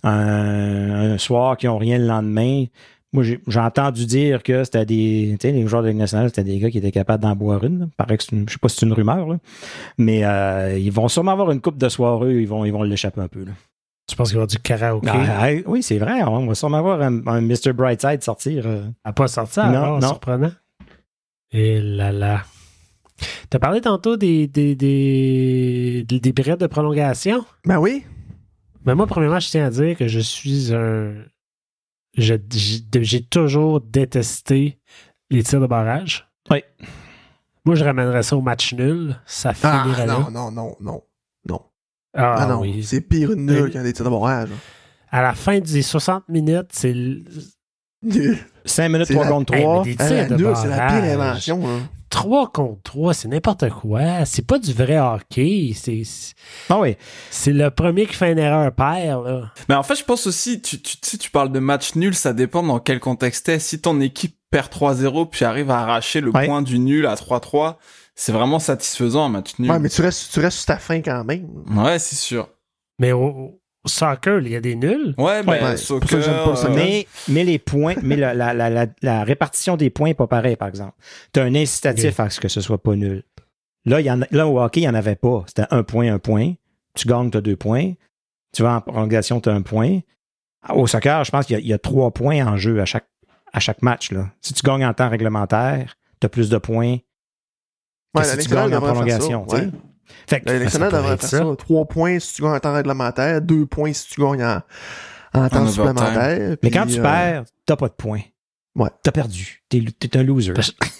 un, un soir qui ont rien le lendemain. Moi, j'ai, j'ai entendu dire que c'était des, tu sais, les joueurs de la Ligue nationale, c'était des gars qui étaient capables d'en boire une. Là. Paraît que c'est une- je sais pas si c'est une rumeur, là. Mais euh, ils vont sûrement avoir une coupe de soirée, ils vont, ils vont l'échapper un peu. Là. Je pense qu'il va y avoir du karaoké. Ah, ah, oui, c'est vrai. On va sûrement avoir un, un mister Brightside sortir. euh. À pas sortir, Non, alors, non. surprenant. Et là là. T'as parlé tantôt des, des, des, des, des périodes de prolongation. Ben oui. Mais moi, premièrement, je tiens à dire que je suis un... je- j'ai j'ai toujours détesté les tirs de barrage. Oui. Moi, je ramènerais ça au match nul. Ça Ah, finirait là. non, non, non, non. Non. Ah, Ah, non, oui. c'est pire une nulle Mais- qu'un des tirs de barrage. À la fin des soixante minutes, c'est... le- Nul. cinq minutes, C'est trois la- contre Hey, trois. mais des Ah, tirs la de nulle, c'est la pire barrage. invention. Hein. trois contre trois, c'est n'importe quoi. C'est pas du vrai hockey. C'est... c'est- Ah oui. C'est le premier qui fait une erreur perd, là. Mais en fait, je pense aussi, tu, tu, tu sais, tu parles de match nul, ça dépend dans quel contexte t'es. Si ton équipe perd trois zéro puis arrive à arracher le Ouais. point du nul à trois trois, c'est vraiment satisfaisant un match nul. Ouais, mais tu restes, tu restes sur ta fin quand même. Ouais, c'est sûr. Mais au, au soccer, il y a des nuls. Ouais, ben, Ouais, c'est pour ça que j'aime pas le soccer, soccer. euh, Mais, mais les points, mais la, la, la, la, la répartition des points n'est pas pareille, par exemple. Tu as un incitatif à ce que ce soit pas nul. Là, il y en a, là au hockey, il n'y en avait pas. C'était un point, un point. Tu gagnes, tu as deux points. Tu vas en prolongation, tu as un point. Au soccer, je pense qu'il y a, il y a trois points en jeu à chaque, à chaque match. Là. Si tu gagnes en temps réglementaire, tu as plus de points que Ouais, si la tu Ligue nationale gagnes en devrait faire prolongation. ça, tu sais. ouais. Fait que, La Ligue nationale pourrait devrait être faire ça. ça. Trois points si tu gagnes en temps réglementaire, deux points si tu gagnes en, en temps overtime. supplémentaire. mais puis, quand tu euh, perds, t'as pas de points. Ouais. T'as perdu. T'es, t'es un loser. Parce-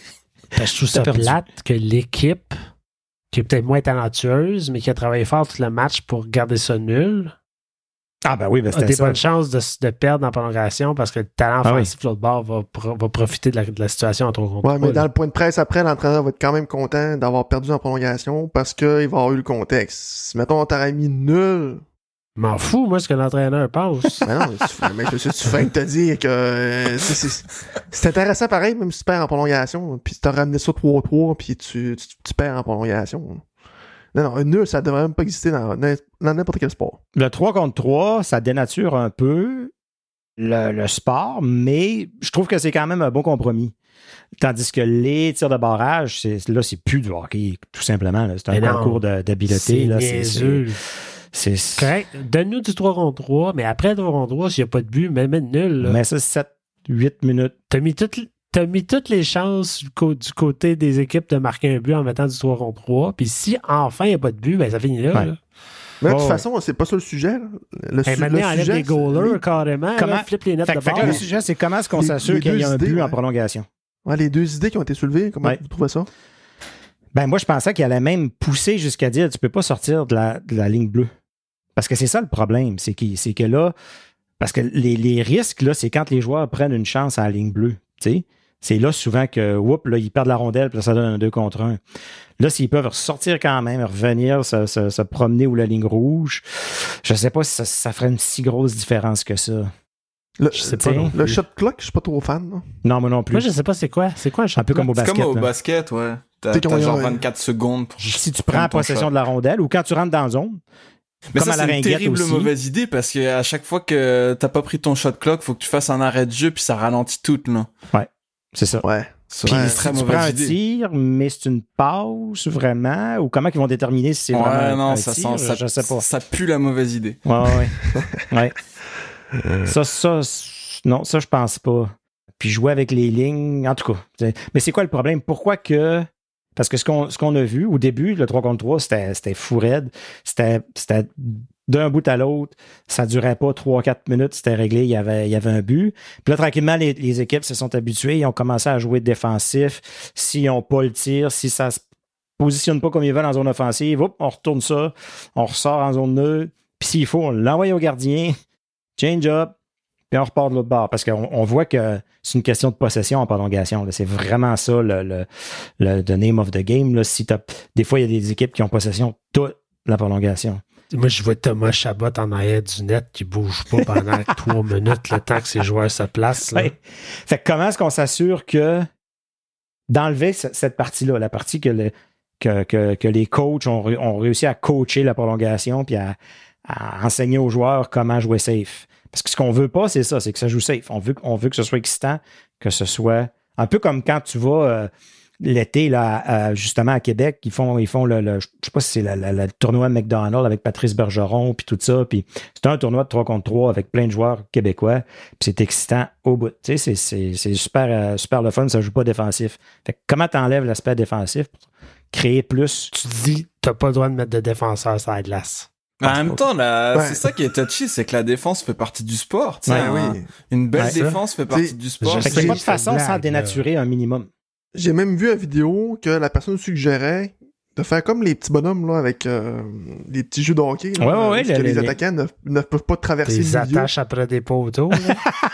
Ben, je trouve ça perdu. plate que l'équipe, qui est peut-être moins talentueuse, mais qui a travaillé fort tout le match pour garder ça nul, Ah, ben oui, ben a c'était des ça. bonnes chances de, de perdre en prolongation parce que le talent Ah oui. offensif de l'autre bord va, pro- va profiter de la, de la situation en ton contre Ouais, mais dans le point de presse après, l'entraîneur va être quand même content d'avoir perdu en prolongation parce qu'il va avoir eu le contexte. Si, mettons, on t'aurait mis nul. M'en fous, moi, ce que l'entraîneur pense. Ben non, tu, mais tu, tu fais que te dire que euh, c'est, c'est, c'est intéressant pareil, même si tu perds en prolongation. Puis tu t'as ramené ça trois trois, puis tu, tu, tu perds en prolongation. Non, non, un nul, ça devrait même pas exister dans, dans n'importe quel sport. Le trois contre trois, ça dénature un peu le, le sport, mais je trouve que c'est quand même un bon compromis. Tandis que les tirs de barrage, c'est, là, c'est plus du hockey, tout simplement. Là. C'est un Mais non, concours de, d'habileté. C'est Là. C'est, niaiseux. c'est, c'est, Correct. Donne-nous du trois contre trois, mais après le trois contre trois, s'il n'y a pas de but, mais même nul. Là. mais ça, sept, huit minutes. T'as mis toutes, t'as mis toutes les chances du, co- du côté des équipes de marquer un but en mettant du trois contre trois. Puis si enfin il n'y a pas de but, ben ça finit là. Ouais. là. Mais de Oh, toute ouais. façon, c'est pas ça le sujet. Là. Le, Hey, su- maintenant, le enlève sujet, les goalers c'est- carrément. Comment- Là, flippe les nettes Fait, de fait que bord. là, le sujet, c'est comment est-ce qu'on Les- s'assure les qu'il y deux a un idées, but en ouais. prolongation? Ouais, les deux idées qui ont été soulevées, comment Ouais. vous trouvez ça? Ben, moi, je pensais qu'il allait même pousser jusqu'à dire tu peux pas sortir de la, de la ligne bleue. Parce que c'est ça le problème. C'est, qu'il, c'est que là, parce que les, les risques, là, c'est quand les joueurs prennent une chance à la ligne bleue. Tu sais? C'est là souvent que, whoop, là, ils perdent la rondelle, puis là, ça donne un deux contre un. Là, s'ils peuvent ressortir quand même, revenir, se, se, se promener où la ligne rouge, je sais pas si ça, ça ferait une si grosse différence que ça. Le, Je sais pas t'sais, non le plus. shot clock, je suis pas trop fan. Là. Non, moi non plus. Moi, je sais pas c'est quoi. C'est quoi un shot un peu comme au C'est basket. comme au là. basket, ouais. T'as, T'sais, t'as comment genre il y a- vingt-quatre secondes pour Si tu pour prends prendre ton possession shot. de la rondelle ou quand tu rentres dans la zone, Mais comme ça, à la c'est une ringuette terrible aussi. mauvaise idée parce que à chaque fois que t'as pas pris ton shot clock, faut que tu fasses un arrêt de jeu puis ça ralentit tout, là. c'est ça. Ouais. C'est Puis une si très tu prends mauvaise un idée. tir, mais c'est une passe vraiment, ou comment ils vont déterminer si c'est Ouais, vraiment un, non, un ça tir, sent, ça, je sais pas. ça pue la mauvaise idée. Ouais, ouais. ouais. ça, ça, c'est- non, ça, je pense pas. Puis jouer avec les lignes, en tout cas. c'est- Mais c'est quoi le problème? Pourquoi que... Parce que ce qu'on, ce qu'on a vu au début, le trois contre trois, c'était, c'était fou raide. C'était, c'était d'un bout à l'autre. Ça durait pas trois quatre minutes. C'était réglé. Il y avait, il y avait un but. Puis là, tranquillement, les, les équipes se sont habituées. Ils ont commencé à jouer défensif. S'ils n'ont pas le tir, si ça se positionne pas comme ils veulent en zone offensive, hop, on retourne ça. On ressort en zone neutre. Puis s'il faut, on l'envoie au gardien. Change up. Puis on repart de l'autre bord. Parce qu'on on voit que c'est une question de possession en prolongation. Là. C'est vraiment ça le, le, le the name of the game. Là. Si t'as, des fois, il y a des équipes qui ont possession toute la prolongation. Moi, je vois Thomas Chabot en arrière du net qui bouge pas pendant trois minutes le temps que ses joueurs se placent. Là. Ouais. Fait que comment est-ce qu'on s'assure que d'enlever ce- cette partie-là, la partie que, le, que, que, que les coachs ont, ré- ont réussi à coacher la prolongation puis à, à enseigner aux joueurs comment jouer safe. Parce que ce qu'on veut pas, c'est ça, c'est que ça joue safe. On veut, on veut que ce soit excitant, que ce soit un peu comme quand tu vas euh, l'été, là, à- justement à Québec, ils font, ils font le, le- je sais pas si c'est la- la- la- le tournoi McDonald's avec Patrice Bergeron puis tout ça. Puis c'est un tournoi de trois contre trois avec plein de joueurs québécois. Puis c'est excitant au bout. Tu sais, c'est, c'est, c'est super, euh, super le fun, ça joue pas défensif. Fait que comment t'enlèves l'aspect défensif pour créer plus? Tu te dis, t'as pas le droit de mettre de défenseur sur la glace. Mais en même temps, là, Ouais. c'est ça qui est touchy, c'est que la défense fait partie du sport. tu sais, Ouais, hein. oui. Une belle Ouais, ça. défense fait partie T'sais, du sport. je Fait qu'il n'y a pas de c'est une façon blague, sans là. dénaturer un minimum. J'ai même vu une vidéo que la personne suggérait de faire comme les petits bonhommes là, avec euh, les petits jeux de hockey. Là, Ouais, ouais, ouais, parce que le- les le- attaquants ne, ne peuvent pas traverser Des le milieu. attaches après des poteaux. là.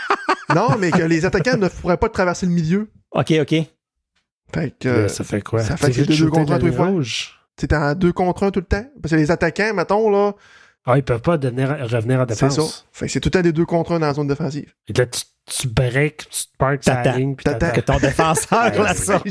Non, mais que les attaquants ne pourraient pas traverser le milieu. OK, OK. Fait que Là, ça fait quoi? ça fait T'es que c'est deux shooter contre un de tous les fois. rouge. c'était en deux contre un tout le temps. Parce que les attaquants, mettons, là, Ah, ils peuvent pas donner, revenir en c'est défense. ça. Fait que c'est tout le temps des deux contre un dans la zone défensive. Et là, tu, tu breaks, tu te parques sur la T'attends, ligne, puis t'attends. Que t'attends. ton défenseur Ouais, la c'est sorte.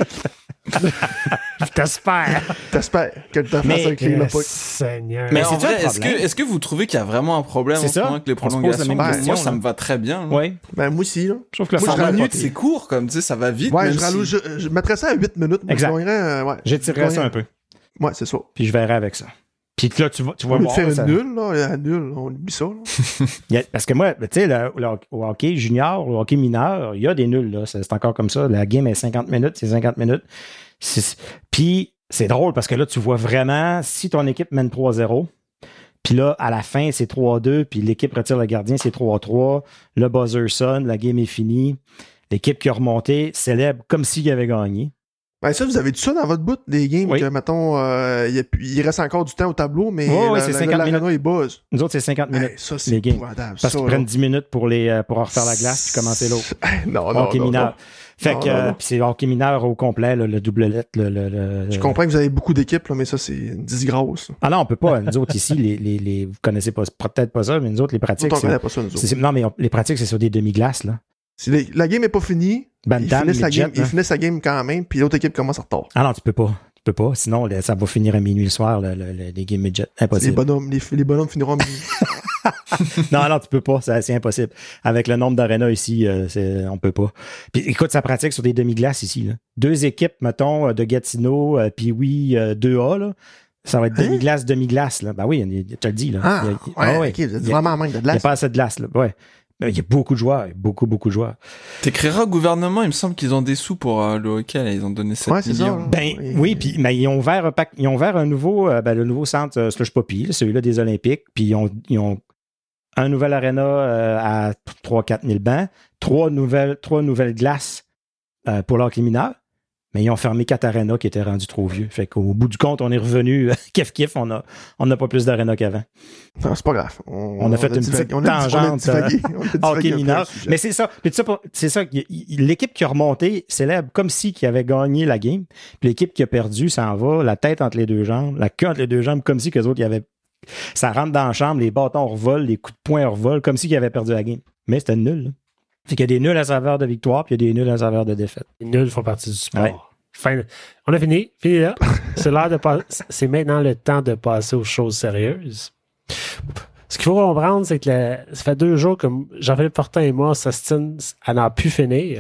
T'espères. T'espères que le Mais, défenseur avec les Eh, l'a pas. Seigneur. Mais Mais en c'est-tu un vrai, est-ce que, problème? est-ce que vous trouvez qu'il y a vraiment un problème C'est en ce ça. moment avec les On se pose la prolongations? même Moi, question, ça là. me va très bien. Oui. Ben, moi aussi, là. Je trouve que le Moi, Cinq format est pas minutes, pire. c'est court, comme, tu sais, ça va vite. Ouais, même je, si- rallonge- je, je mettrais ça à huit minutes. Moi, Exact. Je gagnerais, euh, ouais. J'étirerais Je ça un gagnerais- peu. Ouais, c'est ça. Puis je verrai avec ça. Puis là, tu vas, tu vas Au lieu de voir. faire ça- une nulle, là, à nul, on oublie ça, là. Il y a- parce que moi, tu sais, le- le- au hockey junior, au hockey mineur, il y a des nuls, là. C'est, c'est encore comme ça. La game est cinquante minutes, c'est cinquante minutes. C'est- Puis c'est drôle parce que là, tu vois vraiment si ton équipe mène trois zéro, puis là, à la fin, c'est trois deux, puis l'équipe retire le gardien, c'est trois trois. Le buzzer sonne, la game est finie. L'équipe qui a remonté célèbre comme s'il avait gagné. Ben ça, vous avez tout ça dans votre bout, des games Oui. que, mettons, euh, il, y a, il reste encore du temps au tableau, mais Oh, oui, la, c'est la, cinquante l'arena, minutes. il buzz. Nous autres, c'est cinquante minutes. Hey, ça, c'est les games. épouvantable. Parce ça, qu'ils là. prennent dix minutes pour, les, euh, pour refaire la glace puis commencer l'autre. non, non, Hockey non, mineur. non. Fait Non, que non, euh, non. puis c'est hockey mineur au complet, là, le double lettre. Le, le, le, Je comprends que vous avez beaucoup d'équipes, là, mais ça, c'est une disgrâce. Ah non, on peut pas. Nous autres, ici, les, les, les, vous connaissez pas, peut-être pas ça, mais nous autres, les Nous pratiques. autres, on c'est- connaît pas ça, nous autres. c'est- c'est- non, mais on- les pratiques, c'est sur des demi-glaces, là. Si les- la game est pas finie, ils Bantam, finissent, la midget, game, ils là. finissent la game quand même, puis l'autre équipe commence en retard. Ah non, tu peux pas. Tu peux pas. Sinon, là, ça va finir à minuit le soir, le- le- le- les games midget. Les Impossible. bonhommes, les, les bonhommes finiront à minuit. Non, non, tu peux pas. C'est, c'est impossible. Avec le nombre d'arénas ici, euh, c'est, on peut pas. Puis écoute, ça pratique sur des demi-glaces ici. Là. Deux équipes, mettons, euh, de Gatineau, euh, puis oui, euh, deux A, là. Ça va être Hein? demi-glace, demi-glace. Là. Ben oui, je te le dis. Là. Ah, Il y a- ouais, ah ouais. ok, vous êtes Il y a- vraiment en manque de Il n'y a glace. pas assez de glace. Là. Ouais. Ben, il y a beaucoup de joueurs. Beaucoup, beaucoup de joueurs. T'écriras au gouvernement, il me semble qu'ils ont des sous pour euh, le hockey, là, ils ont donné sept Ouais, c'est ça, millions. là. Ben Oui. oui, puis mais ils ont ouvert un pack, ils ont ouvert un nouveau, euh, ben, le nouveau centre euh, Slush Poppy, là, celui-là des Olympiques, puis ils ont, ils ont un nouvel arena euh, à trois à quatre mille bancs, trois nouvelles, trois nouvelles glaces euh, pour l'hockey mineur, mais ils ont fermé quatre arénas qui étaient rendus trop vieux. Fait qu'au bout du compte, on est revenu kiff kiff, on a on n'a pas plus d'arénas qu'avant. Non, c'est pas grave. On, On a fait une divagué- petite on a- tangente, On a divagué. On a divagué un Hockey peu mineur. le sujet. Mais c'est ça. Puis tu sais pas- c'est ça. il- il- L'équipe qui a remonté célèbre comme si qui avait gagné la game. Puis l'équipe qui a perdu s'en va, la tête entre les deux jambes, la queue entre les deux jambes, comme si que les autres, il y avait. Ça rentre dans la chambre, les bâtons revolent, les coups de poing revolent, comme si qu'ils avaient perdu la game. Mais c'était nul. Là. Fait qu'il y a des nuls à saveur de victoire, puis il y a des nuls à saveur de défaite. Les nuls font partie du sport. Ouais. Fin- On a fini. Fini là. C'est l'heure de pas- C'est maintenant le temps de passer aux choses sérieuses. Ce qu'il faut comprendre, c'est que le- ça fait deux jours que Jean-Philippe Fortin et moi, on s'ostine à n'en plus finir.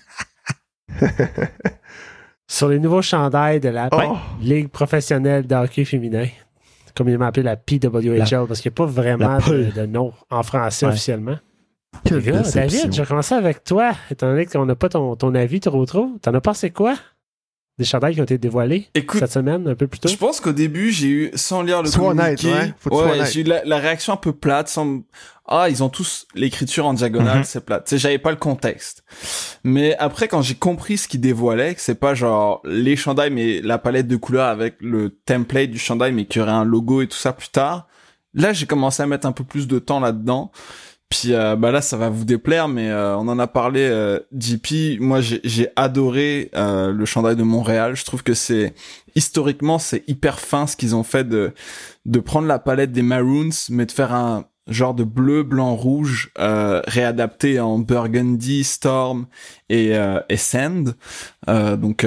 Sur les nouveaux chandails de la Oh. Ligue professionnelle de hockey féminin, comme il m'a appelé la P W H L, parce qu'il n'y a pas vraiment la poule. de, de nom en français Ouais. officiellement. Quelle Les gars, déception. David, je vais commencer avec toi, étant donné qu'on n'a pas ton, ton avis trop trop. T'en as pensé quoi? Des chandails qui ont été dévoilés Écoute, cette semaine, un peu plus tôt? je pense qu'au début, j'ai eu, sans lire le Sois communiqué, honnête, ouais. Faut que tu sois ouais, honnête. j'ai eu la, la réaction un peu plate, sans, ah, ils ont tous l'écriture en diagonale, Mhm. c'est plate. Tu sais, j'avais pas le contexte. Mais après, quand j'ai compris ce qu'ils dévoilaient, que c'est pas genre les chandails, mais la palette de couleurs avec le template du chandail, mais qu'il y aurait un logo et tout ça plus tard, là, j'ai commencé à mettre un peu plus de temps là-dedans. Puis euh, bah là ça va vous déplaire, mais euh, on en a parlé, euh, J P. Moi j'ai, j'ai adoré euh, le chandail de Montréal. Je trouve que c'est historiquement c'est hyper fin ce qu'ils ont fait de de prendre la palette des Maroons, mais de faire un genre de bleu, blanc, rouge euh, réadapté en burgundy, storm et euh, et sand. Euh, donc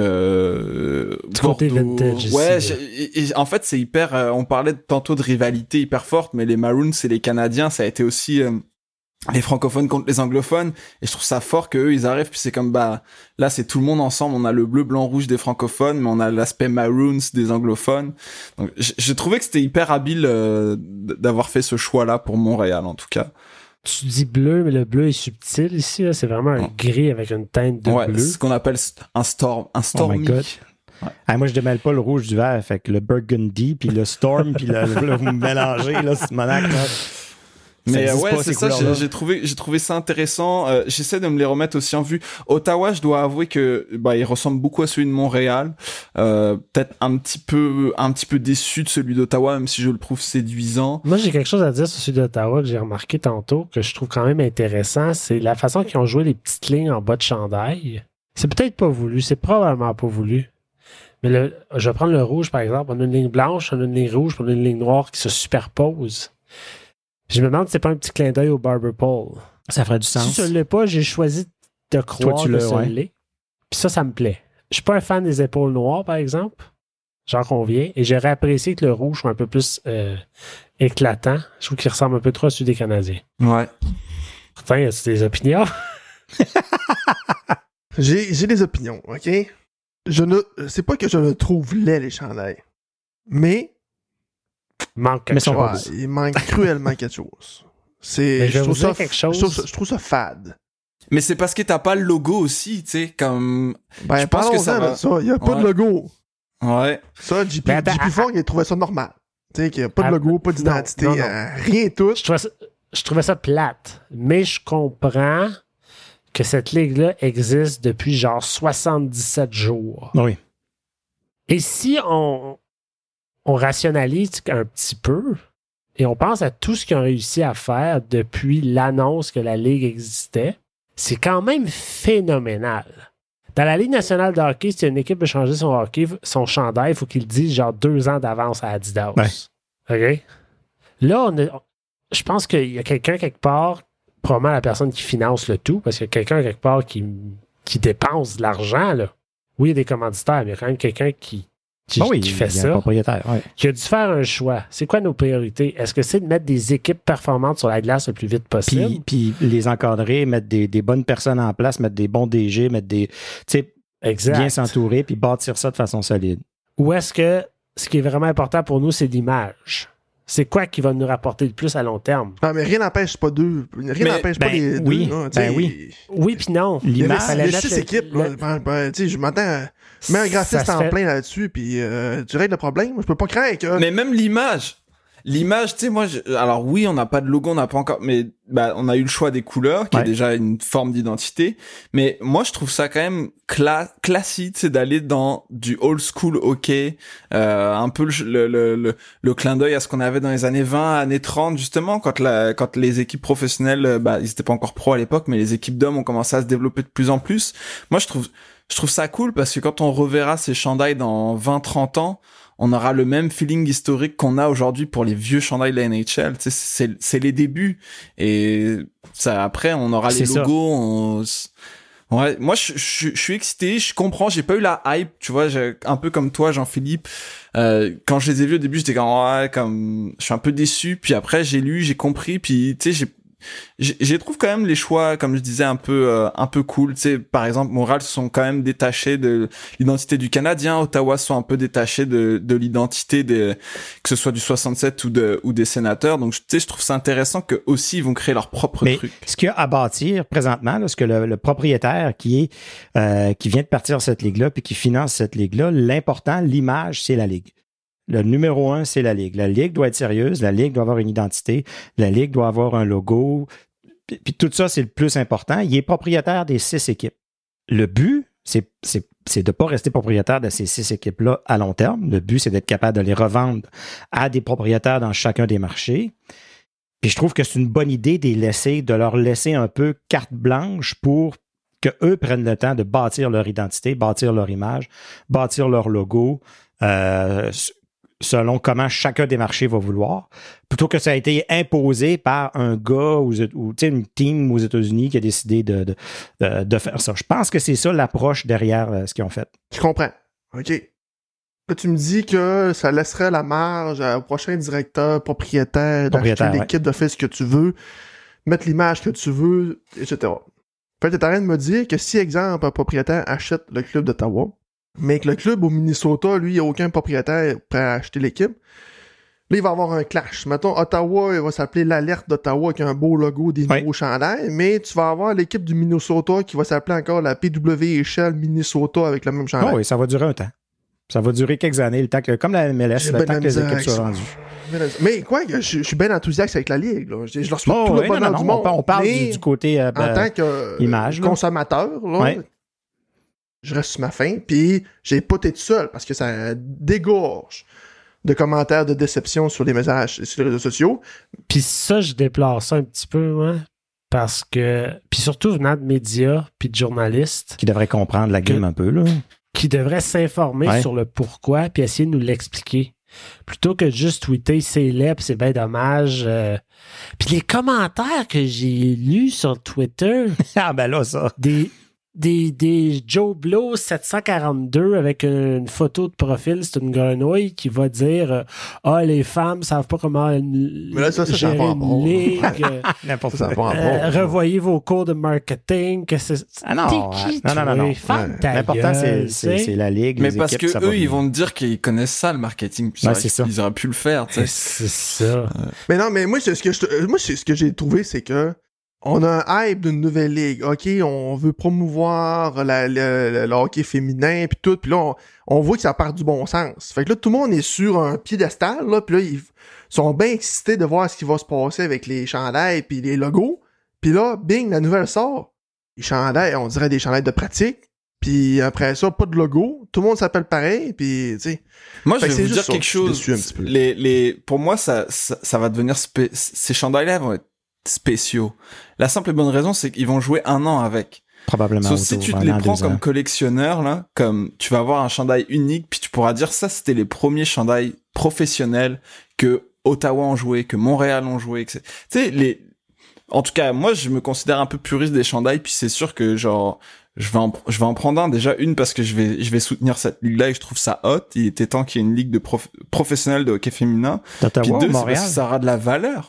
euh, Du côté Bordeaux. vintage ici, Ouais, là. j'ai- et- et en fait c'est hyper. euh, on parlait tantôt de rivalité hyper forte, mais les Maroons et les Canadiens, ça a été aussi euh, les francophones contre les anglophones, et je trouve ça fort que eux ils arrivent, puis c'est comme bah là c'est tout le monde ensemble, on a le bleu blanc rouge des francophones, mais on a l'aspect maroons des anglophones. Donc j- j'ai trouvé que c'était hyper habile euh, d- d'avoir fait ce choix là pour Montréal en tout cas. Tu dis bleu, mais le bleu est subtil ici. Là. C'est vraiment un Oh. gris avec une teinte de Ouais, bleu. c'est ce qu'on appelle st- un storm, un Oh stormy. my God. Ouais. Ah, moi, je démêle pas le rouge du vert. Fait que le burgundy, puis le storm, puis le, le, vous me mélangez, là, c'est monac, là. Mais existe ouais, pas, c'est ces ça, j'ai, couleurs-là. j'ai trouvé, j'ai trouvé ça intéressant. Euh, j'essaie de me les remettre aussi en vue. Ottawa, je dois avouer que bah il ressemble beaucoup à celui de Montréal. Euh, peut-être un petit peu, un petit peu déçu de celui d'Ottawa, même si je le trouve séduisant. Moi, j'ai quelque chose à dire sur celui d'Ottawa que j'ai remarqué tantôt, que je trouve quand même intéressant. C'est la façon qu'ils ont joué les petites lignes en bas de chandail. C'est peut-être pas voulu, c'est probablement pas voulu. Mais le, je vais prendre le rouge, par exemple. On a une ligne blanche, on a une ligne rouge, puis on a une ligne noire qui se superposent. Puis je me demande si c'est pas un petit clin d'œil au Barber Pole. Ça ferait du sens. Si je ne l'ai pas, j'ai choisi de croire tu que l'as, ça ouais. l'est. Puis ça, ça me plaît. Je suis pas un fan des épaules noires, par exemple. J'en conviens. Et j'aurais apprécié que le rouge soit un peu plus euh, éclatant. Je trouve qu'il ressemble un peu trop à celui des Canadiens. Ouais. Putain, y a-tu des opinions? J'ai, j'ai des opinions, ok? Je ne, c'est pas que je le trouve laid, les chandails. Mais, Manque quelque Mais sont chose. pas ouais, il manque cruellement quelque chose. C'est, Mais je vais trouve vous dire ça, quelque chose. Je trouve, ça, je trouve ça fade. Mais c'est parce que t'as pas le logo aussi, tu sais, comme. Ben, Je pense que ça parlons-en va. de ça. Il n'y a pas Ouais. de logo. Ouais. Ça, J P, Mais attends, J P ah, Fogg, il trouvait ça normal. Tu sais, qu'il n'y a pas de Ah, logo, pas non, d'identité, non, non. euh, rien tout. Je trouvais, ça, je trouvais ça plate. Mais je comprends que cette ligue-là existe depuis genre soixante-dix-sept jours. Oui. Et si on, on rationalise un petit peu et on pense à tout ce qu'ils ont réussi à faire depuis l'annonce que la Ligue existait, c'est quand même phénoménal. Dans la Ligue nationale de hockey, si une équipe veut changer son hockey, son chandail, il faut qu'il le dise genre deux ans d'avance à Adidas. Ouais. OK? Là, on a, je pense qu'il y a quelqu'un quelque part, probablement la personne qui finance le tout, parce qu'il y a quelqu'un quelque part qui, qui dépense de l'argent. Là. Oui, il y a des commanditaires, mais il y a quand même quelqu'un qui, qui, oh oui, qui fait il y a ça. Un propriétaire, ouais. Qui a dû faire un choix. C'est quoi nos priorités? Est-ce que c'est de mettre des équipes performantes sur la glace le plus vite possible? Puis, puis les encadrer, mettre des, des bonnes personnes en place, mettre des bons D G, mettre des. Tu sais, bien s'entourer, puis bâtir ça de façon solide. Ou est-ce que ce qui est vraiment important pour nous, c'est l'image? C'est quoi qui va nous rapporter le plus à long terme? Non, mais rien n'empêche pas deux. Rien n'empêche ben, pas les oui, deux. Là, ben oui. Oui, puis non. L'image, il y a mettre six le- équipes. le- là. Ben, ben, tu sais, je m'entends. Mets un graphiste Ça se en fait- plein là-dessus, puis euh, tu règles le problème. Je peux pas craindre que. Mais même l'image, l'image, tu sais, moi, je- alors oui, on n'a pas de logo, on n'a pas encore, mais bah, on a eu le choix des couleurs, qui Ouais. est déjà une forme d'identité. Mais moi, je trouve ça quand même cla- classique, c'est d'aller dans du old school hockey, euh, un peu le, le, le, le, le clin d'œil à ce qu'on avait dans les années vingt, années trente, justement, quand la, quand les équipes professionnelles, bah, ils étaient pas encore pro à l'époque, mais les équipes d'hommes ont commencé à se développer de plus en plus. Moi, je trouve, je trouve ça cool parce que quand on reverra ces chandails dans vingt trente ans, on aura le même feeling historique qu'on a aujourd'hui pour les vieux chandails de la N H L. Tu sais, c'est, c'est les débuts. Et ça, après, on aura les C'est logos. On... Ouais, moi, je, je, je suis excité. Je comprends. J'ai pas eu la hype. Tu vois, j'ai, un peu comme toi, Jean-Philippe. Euh, quand je les ai vus au début, j'étais comme, ouais, comme, je suis un peu déçu. Puis après, j'ai lu, j'ai compris. Puis, tu sais, j'ai, j'ai, j'ai trouve quand même les choix, comme je disais, un peu, euh, un peu cool. Tu sais, par exemple, Montréal se sont quand même détachés de l'identité du Canadien. Ottawa se sont un peu détachés de, de l'identité des, que ce soit du soixante-sept ou de, ou des sénateurs. Donc, tu sais, je trouve ça intéressant qu'eux aussi, ils vont créer leur propre Mais truc. ce qu'il y a à bâtir présentement, là, ce que le, le propriétaire qui est euh, qui vient de partir cette ligue-là puis qui finance cette ligue-là, l'important, l'image, c'est la ligue. Le numéro un, c'est la Ligue. La Ligue doit être sérieuse, la Ligue doit avoir une identité, la Ligue doit avoir un logo. Puis, puis tout ça, c'est le plus important. Il est propriétaire des six équipes. Le but, c'est, c'est, c'est de ne pas rester propriétaire de ces six équipes-là à long terme. Le but, c'est d'être capable de les revendre à des propriétaires dans chacun des marchés. Puis je trouve que c'est une bonne idée de les laisser, de leur laisser un peu carte blanche pour qu'eux prennent le temps de bâtir leur identité, bâtir leur image, bâtir leur logo. Euh, selon comment chacun des marchés va vouloir, plutôt que ça a été imposé par un gars ou, ou une team aux États-Unis qui a décidé de, de, de, de faire ça. Je pense que c'est ça l'approche derrière euh, ce qu'ils ont fait. Je comprends. OK. Là, tu me dis que ça laisserait la marge au prochain directeur, propriétaire, Propriétaire, d'acheter l'équipe, de faire ce que tu veux, mettre l'image que tu veux, et cetera. Fait que t'es en train de me dire que si, exemple, un propriétaire achète le club d'Ottawa, mais que le club au Minnesota, lui, il n'y a aucun propriétaire prêt à acheter l'équipe, là, il va avoir un clash. Mettons, Ottawa, il va s'appeler l'Alerte d'Ottawa avec un beau logo, des Oui. nouveaux chandails, mais tu vas avoir l'équipe du Minnesota qui va s'appeler encore la P W H L Minnesota avec le même chandail. Oh oui, ça va durer un temps. Ça va durer quelques années, le temps que, comme la M L S, J'ai le ben temps de que les la misère équipes soient avec rendues. Mais quoi, je, je suis bien enthousiaste avec la Ligue. Là. Je, je leur souhaite Oh, tout oui, le non, bonheur non, du non, monde. on parle mais du, du côté euh, en ben, tant que image, là. consommateur, là, Ouais. je reste sur ma faim, puis j'ai pas été tout seul parce que ça dégorge de commentaires de déception sur les messages sur les réseaux sociaux. Puis ça, je déplore ça un petit peu, moi, parce que... Puis surtout venant de médias puis de journalistes qui devraient comprendre la game Que- un peu, là. qui devraient s'informer Ouais. sur le pourquoi puis essayer de nous l'expliquer. Plutôt que de juste tweeter « c'est laid, puis c'est bien dommage euh. Puis les commentaires que j'ai lus sur Twitter... Ah, ben là, ça. des, des, des Joe Blow sept cent quarante-deux avec une photo de profil, c'est une grenouille qui va dire euh, ah, les femmes savent pas comment Mais là, ça, ça, ça gérer va pas une rapport. ligue. euh, N'importe Ça, ça quoi. va pas euh, rapport. revoyez vos cours de marketing. Que c'est, Ah non, t'es qui, non, non, non, toi? non. Ferme Ouais. ta L'important, c'est, gueule, c'est, tu sais. c'est la ligue, Mais les parce équipes, que ça va eux, ils bien. vont te dire qu'ils connaissent ça, le marketing. Puis Ouais, c'est c'est ça. Ils auraient pu le faire, tu sais. C'est ça. Mais non, mais moi, c'est ce que je, moi, c'est ce que j'ai trouvé, c'est que on a un hype d'une nouvelle ligue. OK, on veut promouvoir la, le, le- le hockey féminin puis tout. Puis là, on, on voit que ça part du bon sens. Fait que là, tout le monde est sur un piédestal, là. Puis là, ils sont bien excités de voir ce qui va se passer avec les chandails puis les logos. Puis là, bing, la nouvelle sort. Les chandails, on dirait des chandails de pratique. puis après ça, pas de logo. Tout le monde s'appelle pareil, puis tu sais. Moi, je Fait que vais c'est vous juste dire ça, quelque je suis chose. déçu un petit peu. Les, les, pour moi, ça, ça, ça va devenir spé- ces chandails-là vont être spéciaux. La simple et bonne raison, c'est qu'ils vont jouer un an avec. Probablement. Sauf si autour, tu te un les an, prends deux comme ans. collectionneur, là, comme tu vas avoir un chandail unique, puis tu pourras dire ça, c'était les premiers chandails professionnels que Ottawa ont joué, que Montréal ont joué, et cetera. Tu sais, les, en tout cas, moi, je me considère un peu puriste des chandails, puis c'est sûr que, genre, je vais en, je vais en prendre un, déjà, une, parce que je vais, je vais soutenir cette ligue-là et je trouve ça hot. Il était temps qu'il y ait une ligue de prof, professionnelle de hockey féminin. Puis D'Ottawa deux, ou c'est Montréal? parce que ça aura de la valeur.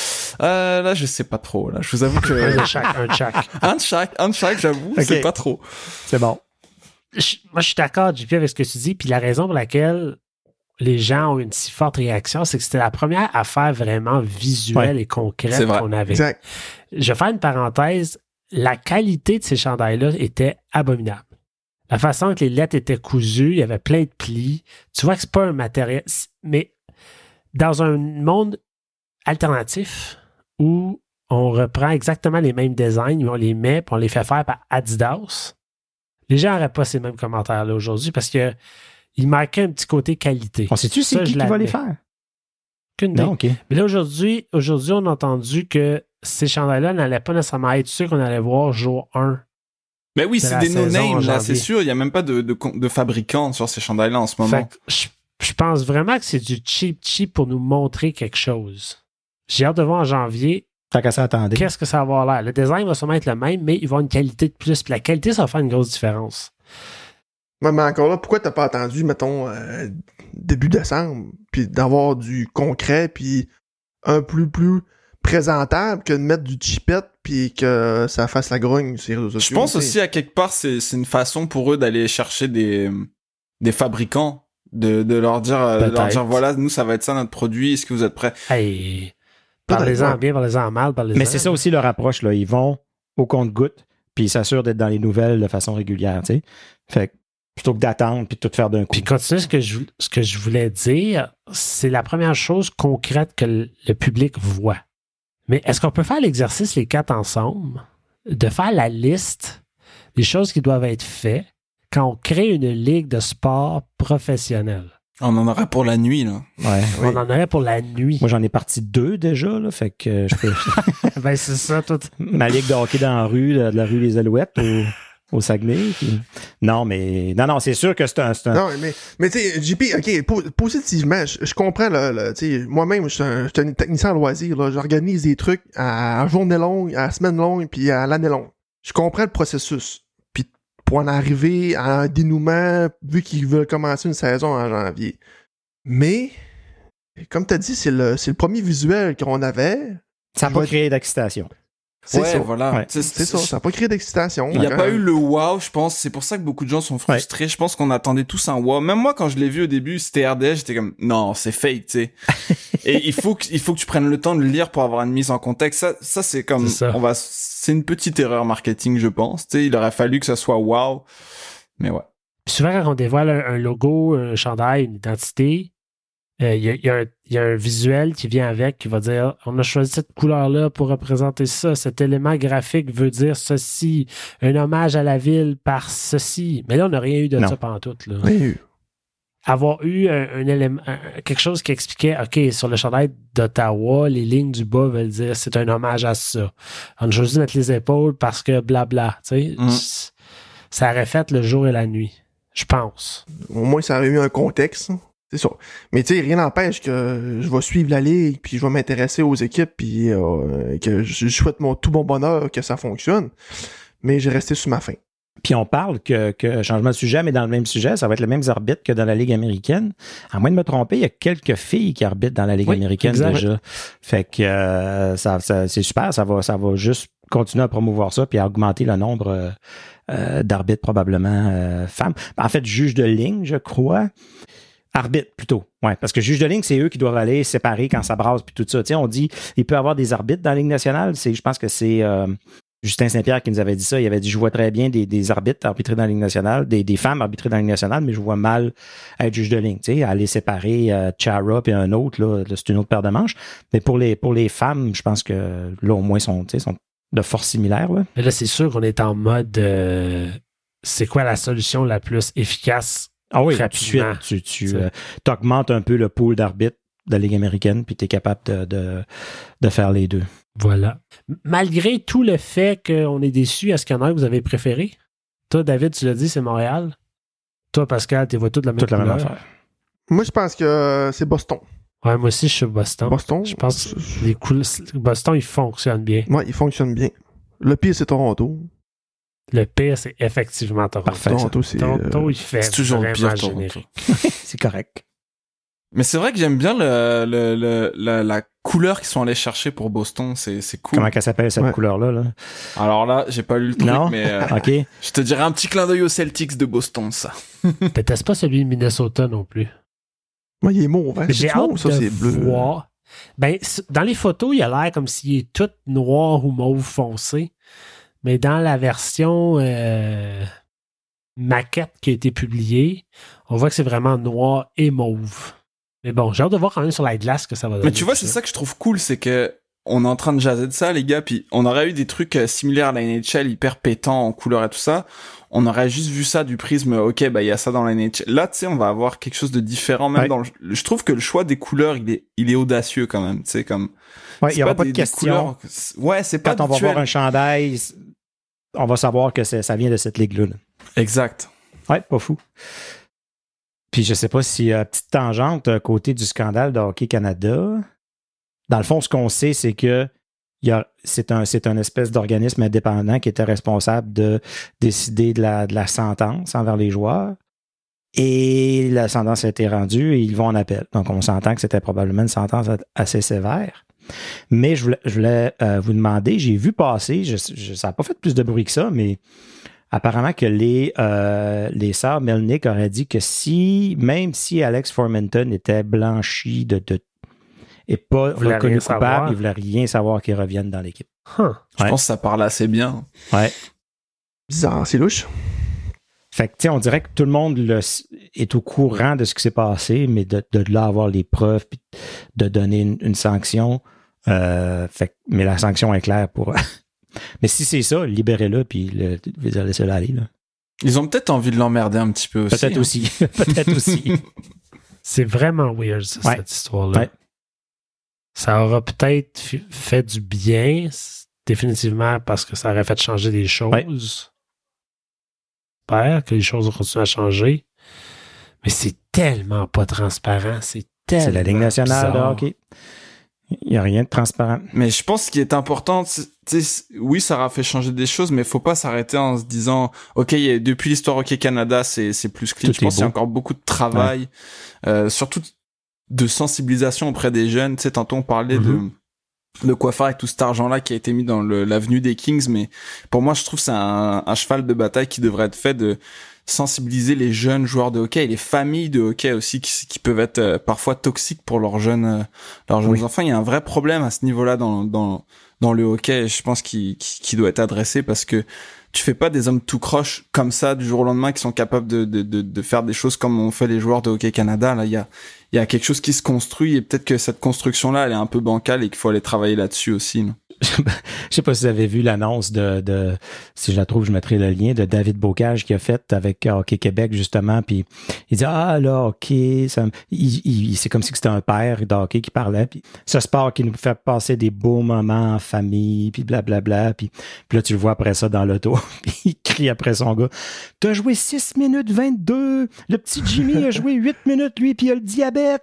Euh, là, je sais pas trop, là. Je vous avoue que, Un de chaque, un de chaque. un de chaque, un de chaque, j'avoue, Ok. c'est pas trop. C'est bon. Je- moi, je suis d'accord, J P, avec ce que tu dis. Puis la raison pour laquelle les gens ont une si forte réaction, c'est que c'était la première affaire vraiment visuelle et C'est concrète vrai. qu'on avait. Exact. Je vais faire une parenthèse. La qualité de ces chandails-là était abominable. La façon que les lettres étaient cousues, il y avait plein de plis. Tu vois que c'est pas un matériel. Mais dans un monde alternatif où on reprend exactement les mêmes designs, on les met puis on les fait faire par Adidas, les gens n'auraient pas ces mêmes commentaires-là aujourd'hui parce que il manquait un petit côté qualité. On sait-tu Ça, c'est qui je qui va les l'admets. faire? Aucune idée. Non, OK. Mais là, aujourd'hui, aujourd'hui, on a entendu que ces chandails-là n'allaient pas nécessairement être ceux qu'on allait voir jour un. Mais oui, de c'est la des saison no-names, en là, janvier. c'est sûr. Il y a même pas de, de, de fabricants sur ces chandails-là en ce moment. Fait que je, je pense vraiment que c'est du cheap cheap pour nous montrer quelque chose. J'ai hâte de voir en janvier Tant qu'à ça, attendez. qu'est-ce que ça va avoir l'air. Le design va sûrement être le même, mais il va avoir une qualité de plus. Puis la qualité, ça va faire une grosse différence. Ouais, mais encore là, pourquoi t'as pas attendu, mettons, euh, début décembre, puis d'avoir du concret, puis un plus plus présentable que de mettre du chipette, puis que ça fasse la grogne sur les réseaux Je sociaux. pense tu sais. aussi à quelque part, c'est, c'est une façon pour eux d'aller chercher des, des fabricants, de, de leur dire, euh, de leur Peut-être. dire, voilà, nous, ça va être ça notre produit, est-ce que vous êtes prêts? Hey, Peut-être, parlez-en ouais. bien, parlez-en mal, parlez-en. Mais c'est ça aussi leur approche, là. Ils vont au compte-goutte, puis ils s'assurent d'être dans les nouvelles de façon régulière, tu sais. Fait que plutôt que d'attendre puis de tout faire d'un coup. Puis continuer ce que je, ce que je voulais dire, c'est la première chose concrète que le, le public voit. Mais est-ce qu'on peut faire l'exercice les quatre ensemble, de faire la liste des choses qui doivent être faites quand on crée une ligue de sport professionnel? On en aura pour la nuit, là. Ouais. Oui. On en aurait pour la nuit. Moi, j'en ai parti deux déjà, là. Fait que euh, je peux. Ben, c'est ça, tout. Ma ligue de hockey dans la rue, là, de la rue des Alouettes au, au Saguenay. Puis... Non, mais. Non, non, c'est sûr que c'est un. C'est un... Non, mais, mais tu sais, J P, ok, po- positivement, je, je comprends, le, le, tu sais, moi-même, je suis un, je suis un technicien à loisir, là, j'organise des trucs à, à journée longue, à semaine longue, puis à l'année longue. Je comprends le processus. Puis pour en arriver à un dénouement, vu qu'ils veulent commencer une saison en janvier. Mais, comme t'as dit, c'est le, c'est le premier visuel qu'on avait. Ça n'a Je pas vais- créé d'excitation. C'est ouais, ça. voilà. Ouais. C'est, C'est ça, ça n'a pas créé d'excitation. Il n'y a Quand pas même. eu le wow, je pense. C'est pour ça que beaucoup de gens sont frustrés. Je pense qu'on attendait tous un wow. Même moi, quand je l'ai vu au début, c'était R D S, j'étais comme, non, c'est fake, tu sais. Et il faut que, il faut que tu prennes le temps de le lire pour avoir une mise en contexte. Ça, ça, c'est comme, C'est ça. on va, c'est une petite erreur marketing, je pense. Tu sais, il aurait fallu que ça soit wow. Mais ouais. Puis souvent, quand on dévoile un, un logo, un chandail, une identité, euh, il y, a, il y a un- il y a un visuel qui vient avec qui va dire on a choisi cette couleur-là pour représenter ça. Cet élément graphique veut dire ceci. Un hommage à la ville par ceci. Mais là, on n'a rien eu de Non. ça pantoute, là. Oui. Avoir eu un, un élément, un- quelque chose qui expliquait OK, sur le chandail d'Ottawa, les lignes du bas veulent dire c'est un hommage à ça. On a choisi de mettre les épaules parce que blabla. Tu sais, Mm. c- ça aurait fait le jour et la nuit. Je pense. Au moins, ça aurait eu un contexte. C'est ça. Mais tu sais, rien n'empêche que je vais suivre la ligue, puis je vais m'intéresser aux équipes, puis euh, que je je souhaite mon tout bon bonheur que ça fonctionne. Mais j'ai resté sous ma faim. Puis on parle que, que changement de sujet, mais dans le même sujet, ça va être les mêmes arbitres que dans la Ligue américaine. À moins de me tromper, il y a quelques filles qui arbitrent dans la Ligue Oui, américaine exact. déjà. Fait que euh, ça, ça- c'est super, ça va, ça va juste continuer à promouvoir ça puis à augmenter le nombre euh, euh, d'arbitres probablement euh, femmes. En fait, juge de ligne, je crois. Arbitre plutôt, ouais, parce que juge de ligne, c'est eux qui doivent aller séparer quand ça brasse puis tout ça. Tu sais, on dit, il peut y avoir des arbitres dans la Ligue nationale. C'est, je pense que c'est euh, Justin Saint-Pierre qui nous avait dit ça. Il avait dit, je vois très bien des, des arbitres arbitrer dans la Ligue nationale, des, des femmes arbitrer dans la Ligue nationale, mais je vois mal être juge de ligne. Tu sais, aller séparer euh, Chara puis un autre, là, là, c'est une autre paire de manches. Mais pour les pour les femmes, je pense que là au moins sont, tu sais, sont de force similaire. Là. Mais là, c'est sûr qu'on est en mode euh, c'est quoi la solution la plus efficace Ah oui, rapidement. tout de suite, tu, tu euh, augmentes un peu le pool d'arbitres de la Ligue américaine, puis tu es capable de, de, de faire les deux. Voilà. Malgré tout le fait qu'on est déçu, est-ce qu'il y en a que vous avez préféré? Toi, David, tu l'as dit, c'est Montréal. Toi, Pascal, tu vois toute la même Toute la couleur. même affaire. Moi, je pense que euh, c'est Boston. Ouais, moi aussi, je suis Boston. Boston. Je pense que les couleurs, Boston, ils fonctionnent bien. Ouais, il fonctionne bien. Le pire, c'est Toronto. Le pire, c'est effectivement Toronto. Parfait. Toronto, c'est... Toronto, euh, il fait C'est toujours le vraiment pire, Toronto. générique. C'est correct. Mais c'est vrai que j'aime bien le, le, le, la, la couleur qu'ils sont allés chercher pour Boston. C'est, c'est cool. Comment qu'elle s'appelle cette Ouais. couleur-là? Là? Alors là, j'ai pas lu le truc, Non? mais euh, OK. je te dirais un petit clin d'œil aux Celtics de Boston, ça. Peut-être pas celui de Minnesota non plus. Moi, il est mauve. Hein? J'ai C'est hâte mauve, ça, de c'est bleu. voir. Ben, c- dans les photos, il a l'air comme s'il est tout noir ou mauve foncé. Mais dans la version euh, maquette qui a été publiée, on voit que c'est vraiment noir et mauve. Mais bon, j'ai hâte de voir quand même sur la glace que ça va donner. Mais tu vois, c'est ça que je trouve cool, c'est que on est en train de jaser de ça, les gars, puis on aurait eu des trucs euh, similaires à la N H L, hyper pétants en couleur et tout ça. On aurait juste vu ça du prisme, ok, bah il y a ça dans la N H L. Là, tu sais, on va avoir quelque chose de différent, même Ouais. dans le... Je trouve que le choix des couleurs, il est, il est audacieux quand même, tu sais, comme... Ouais, il c'est n'y aura pas des- de des question. couleurs- Ouais, c'est pas Quand on va habituel. voir un chandail, c- on va savoir que c'est- ça vient de cette ligue-là. là. Exact. Ouais, pas fou. Puis je sais pas si, euh, petite tangente, euh, côté du scandale de Hockey Canada, dans le fond, ce qu'on sait, c'est que il y a, c'est un, c'est un espèce d'organisme indépendant qui était responsable de décider de la, de la sentence envers les joueurs. Et la sentence a été rendue et ils vont en appel. Donc, on s'entend que c'était probablement une sentence assez sévère. Mais je voulais, je voulais euh, vous demander, j'ai vu passer, je, je, ça n'a pas fait plus de bruit que ça, mais apparemment que les, euh, les sœurs Melnick auraient dit que si, même si Alex Formenton était blanchi de, de et pas voulait reconnu rien coupable, savoir. il voulait rien savoir qu'il revienne dans l'équipe. Huh. Je Ouais. pense que ça parle assez bien. Ouais. Bizarre, c'est louche. Fait que, tu sais, on dirait que tout le monde le, est au courant de ce qui s'est passé, mais de, de là avoir les preuves puis de donner une, une sanction. Euh, fait que- mais la sanction est claire pour. Mais si c'est ça, libérez-le puis le, laissez-le aller. Là. Ils ont peut-être envie de l'emmerder un petit peu aussi. Peut-être hein. aussi. Peut-être aussi. C'est vraiment weird, ça, Ouais. cette histoire-là. Ouais. Ça aura peut-être f- fait du bien, c- définitivement, parce que ça aurait fait changer des choses. Ouais. J'espère que les choses vont continuer à changer. Mais c'est tellement pas transparent. C'est tellement C'est la Ligue nationale de bizarre. hockey. Il n'y a rien de transparent. Mais je pense qu'il est important, tu sais, oui, ça aura fait changer des choses, mais faut pas s'arrêter en se disant, ok, il y a- depuis l'histoire Hockey Canada, c'est c'est plus clean. Tout Je pense est qu'il y a beau. encore beaucoup de travail, euh, surtout de sensibilisation auprès des jeunes. Tu sais, tantôt on parlait Mhm. de de quoi faire avec tout cet argent-là qui a été mis dans le, l'avenue des Kings, mais pour moi, je trouve que c'est un, un cheval de bataille qui devrait être fait de sensibiliser les jeunes joueurs de hockey et les familles de hockey aussi qui, qui peuvent être euh, parfois toxiques pour leurs jeunes euh, leurs jeunes Oui. enfants. Il y a un vrai problème à ce niveau-là dans dans dans le hockey. Je pense qu'il qui, qui doit être adressé parce que tu fais pas des hommes tout croche comme ça du jour au lendemain qui sont capables de de de, de faire des choses comme ont fait les joueurs de Hockey Canada. Là, il y a il y a quelque chose qui se construit et peut-être que cette construction-là, elle est un peu bancale et qu'il faut aller travailler là-dessus aussi. Non? Je sais pas si vous avez vu l'annonce de, de, si je la trouve, je mettrai le lien, de David Bocage qui a fait avec Hockey Québec, justement, puis il dit, ah, là, hockey, ça, me- il, il- c'est comme si c'était un père de hockey qui parlait, puis ce sport qui nous fait passer des beaux moments en famille, puis blablabla, puis, puis là, tu le vois après ça dans l'auto, puis il crie après son gars, t'as joué six minutes vingt-deux, le petit Jimmy a joué huit minutes, lui, puis il a le diabète.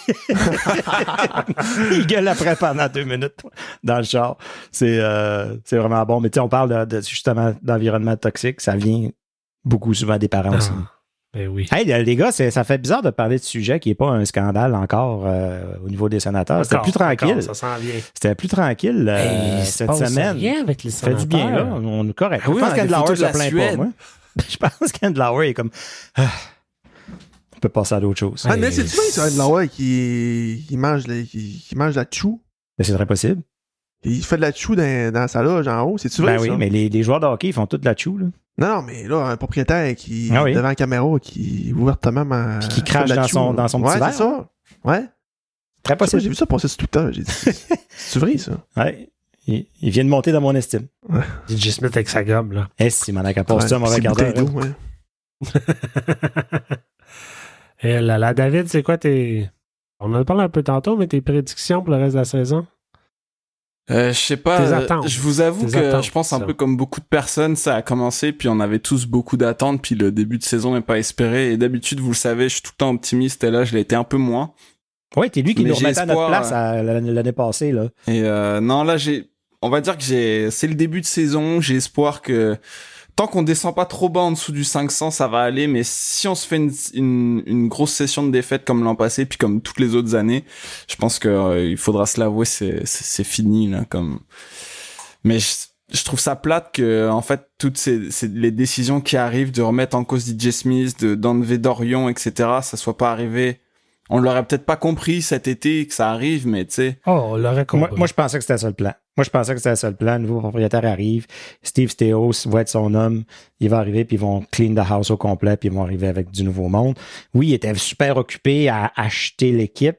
Il gueule après pendant deux minutes dans le char. C'est euh, c'est vraiment bon. Mais tu sais, on parle de, de, justement d'environnement toxique. Ça vient beaucoup souvent des parents aussi. Ah, ben oui. Hey, les gars, c'est, ça fait bizarre de parler de sujet qui n'est pas un scandale encore euh, au niveau des sénateurs. C'était Encore, plus tranquille. encore, ça s'en vient. C'était plus tranquille euh, Hey, il se cette passe semaine. rien avec les Ça fait du bien, là. sénateurs. On est correct. Ah oui, Je pense on a des qu'Andlauer photos se de la plaint pas, Suède. moi. Je pense qu'Andlauer est comme... Ah, on peut passer à d'autres choses. Ah, Hey, mais c'est tu vois, c'est un Lawyer qui, qui mange les, qui, qui mange la chou. Mais c'est très possible. Il fait de la chou dans, dans sa loge en haut. C'est-tu vrai, Ben oui, ça? mais les, les joueurs de hockey, ils font toute la chou, là. Non, non, mais là, un propriétaire qui, Ah oui. devant la caméra, qui ouvertement m'a- Puis qui fait crache de la dans chou, son- là. dans son petit ouais, verre, c'est ça. Ouais. Très Je sais pas, possible. J'ai vu ça passer sur Twitter. J'ai dit, c'est vrai, ça? Ouais. il, il vient de monter dans mon estime. Ouais. D J Smith avec sa gomme, là. Eh, si, mon a passé un mauvais c'est quart d'heure. bouteille d'eau, hein. ouais. Et là, là, David, c'est quoi tes... On en a parlé un peu tantôt, mais tes prédictions pour le reste de la saison? Euh, je sais pas, Tes euh, attentes. je vous avoue Tes que attentes, je pense un ça. peu comme beaucoup de personnes, ça a commencé, puis on avait tous beaucoup d'attentes, puis le début de saison n'est pas espéré, et d'habitude, vous le savez, je suis tout le temps optimiste, et là, je l'ai été un peu moins. Oui, t'es lui qui Mais nous j'ai remettait à notre espoir, place à l'année, l'année passée, là. Et euh, non, là, j'ai, on va dire que j'ai, c'est le début de saison, j'ai espoir que tant qu'on descend pas trop bas en dessous du cinq cents, ça va aller, mais si on se fait une, une, une grosse session de défaites comme l'an passé, puis comme toutes les autres années, je pense que euh, il faudra se l'avouer, c'est, c'est, c'est fini, là, comme... Mais je, je trouve ça plate que, en fait, toutes ces, ces, les décisions qui arrivent de remettre en cause D J Smith, de, d'enlever Dorion, et cetera, ça soit pas arrivé. On l'aurait peut-être pas compris cet été que ça arrive, mais tu sais. Oh, on l'aurait compris. Moi, moi, je pensais que c'était ça le plan. Moi, je pensais que c'était ça le plan. Le nouveau propriétaire arrive. Steve Stéos va être son homme. Il va arriver, puis ils vont clean the house au complet, puis ils vont arriver avec du nouveau monde. Oui, il était super occupé à acheter l'équipe.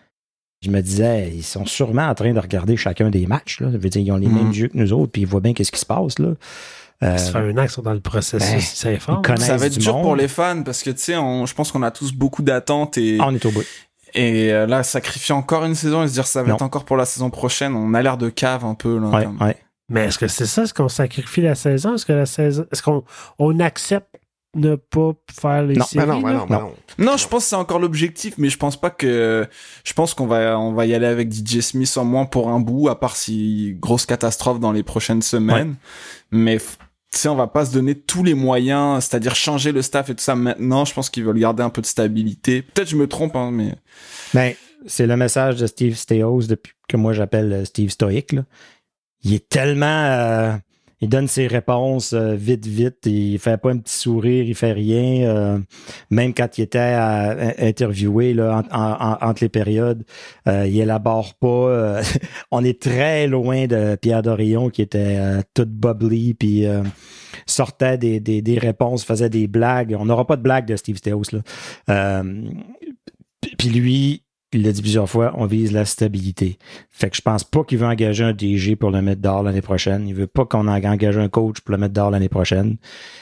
Je me disais, ils sont sûrement en train de regarder chacun des matchs, là. Je veux dire, ils ont les Mm. mêmes yeux que nous autres, puis ils voient bien qu'est-ce qui se passe, là. Euh, Ça fait un an qu'ils sont dans le processus, ben, ils s'informent. ils connaissent Ça va être du dur monde. pour les fans parce que tu sais, on- je pense qu'on a tous beaucoup d'attentes et Ah, on est au bout. et euh, là sacrifier encore une saison et se dire ça va Non. être encore pour la saison prochaine, on a l'air de cave un peu là. Ouais, comme- ouais. Mais est-ce que c'est ça? Est-ce qu'on sacrifie la saison? Est-ce que la saison. Est-ce qu'on on accepte ne pas faire les Non, séries? Ben non, ben là? non, ben non. Non, je pense que c'est encore l'objectif, mais je pense pas que je pense qu'on va on va y aller avec D J Smith en moins pour un bout, à part si grosse catastrophe dans les prochaines semaines. Mais f- tu sais, on va pas se donner tous les moyens, c'est-à-dire changer le staff et tout ça maintenant. Je pense qu'ils veulent garder un peu de stabilité. Peut-être je me trompe, hein, mais Ben, c'est le message de Steve Stéos depuis que moi j'appelle euh, Steve Stoic, là. Il est tellement... euh, il donne ses réponses euh, vite, vite. Il fait pas un petit sourire, il fait rien. euh, même quand il était à, à interviewer là, en- en- en- entre les périodes, euh, il élabore pas. euh, on est très loin de Pierre Dorion qui était euh, tout bubbly puis euh, sortait des, des, des réponses, faisait des blagues. On n'aura pas de blagues de Steve Stéos, là. Euh, puis lui, il l'a dit plusieurs fois, on vise la stabilité. Fait que je pense pas qu'il veut engager un D G pour le mettre dehors l'année prochaine. Il veut pas qu'on engage un coach pour le mettre dehors l'année prochaine.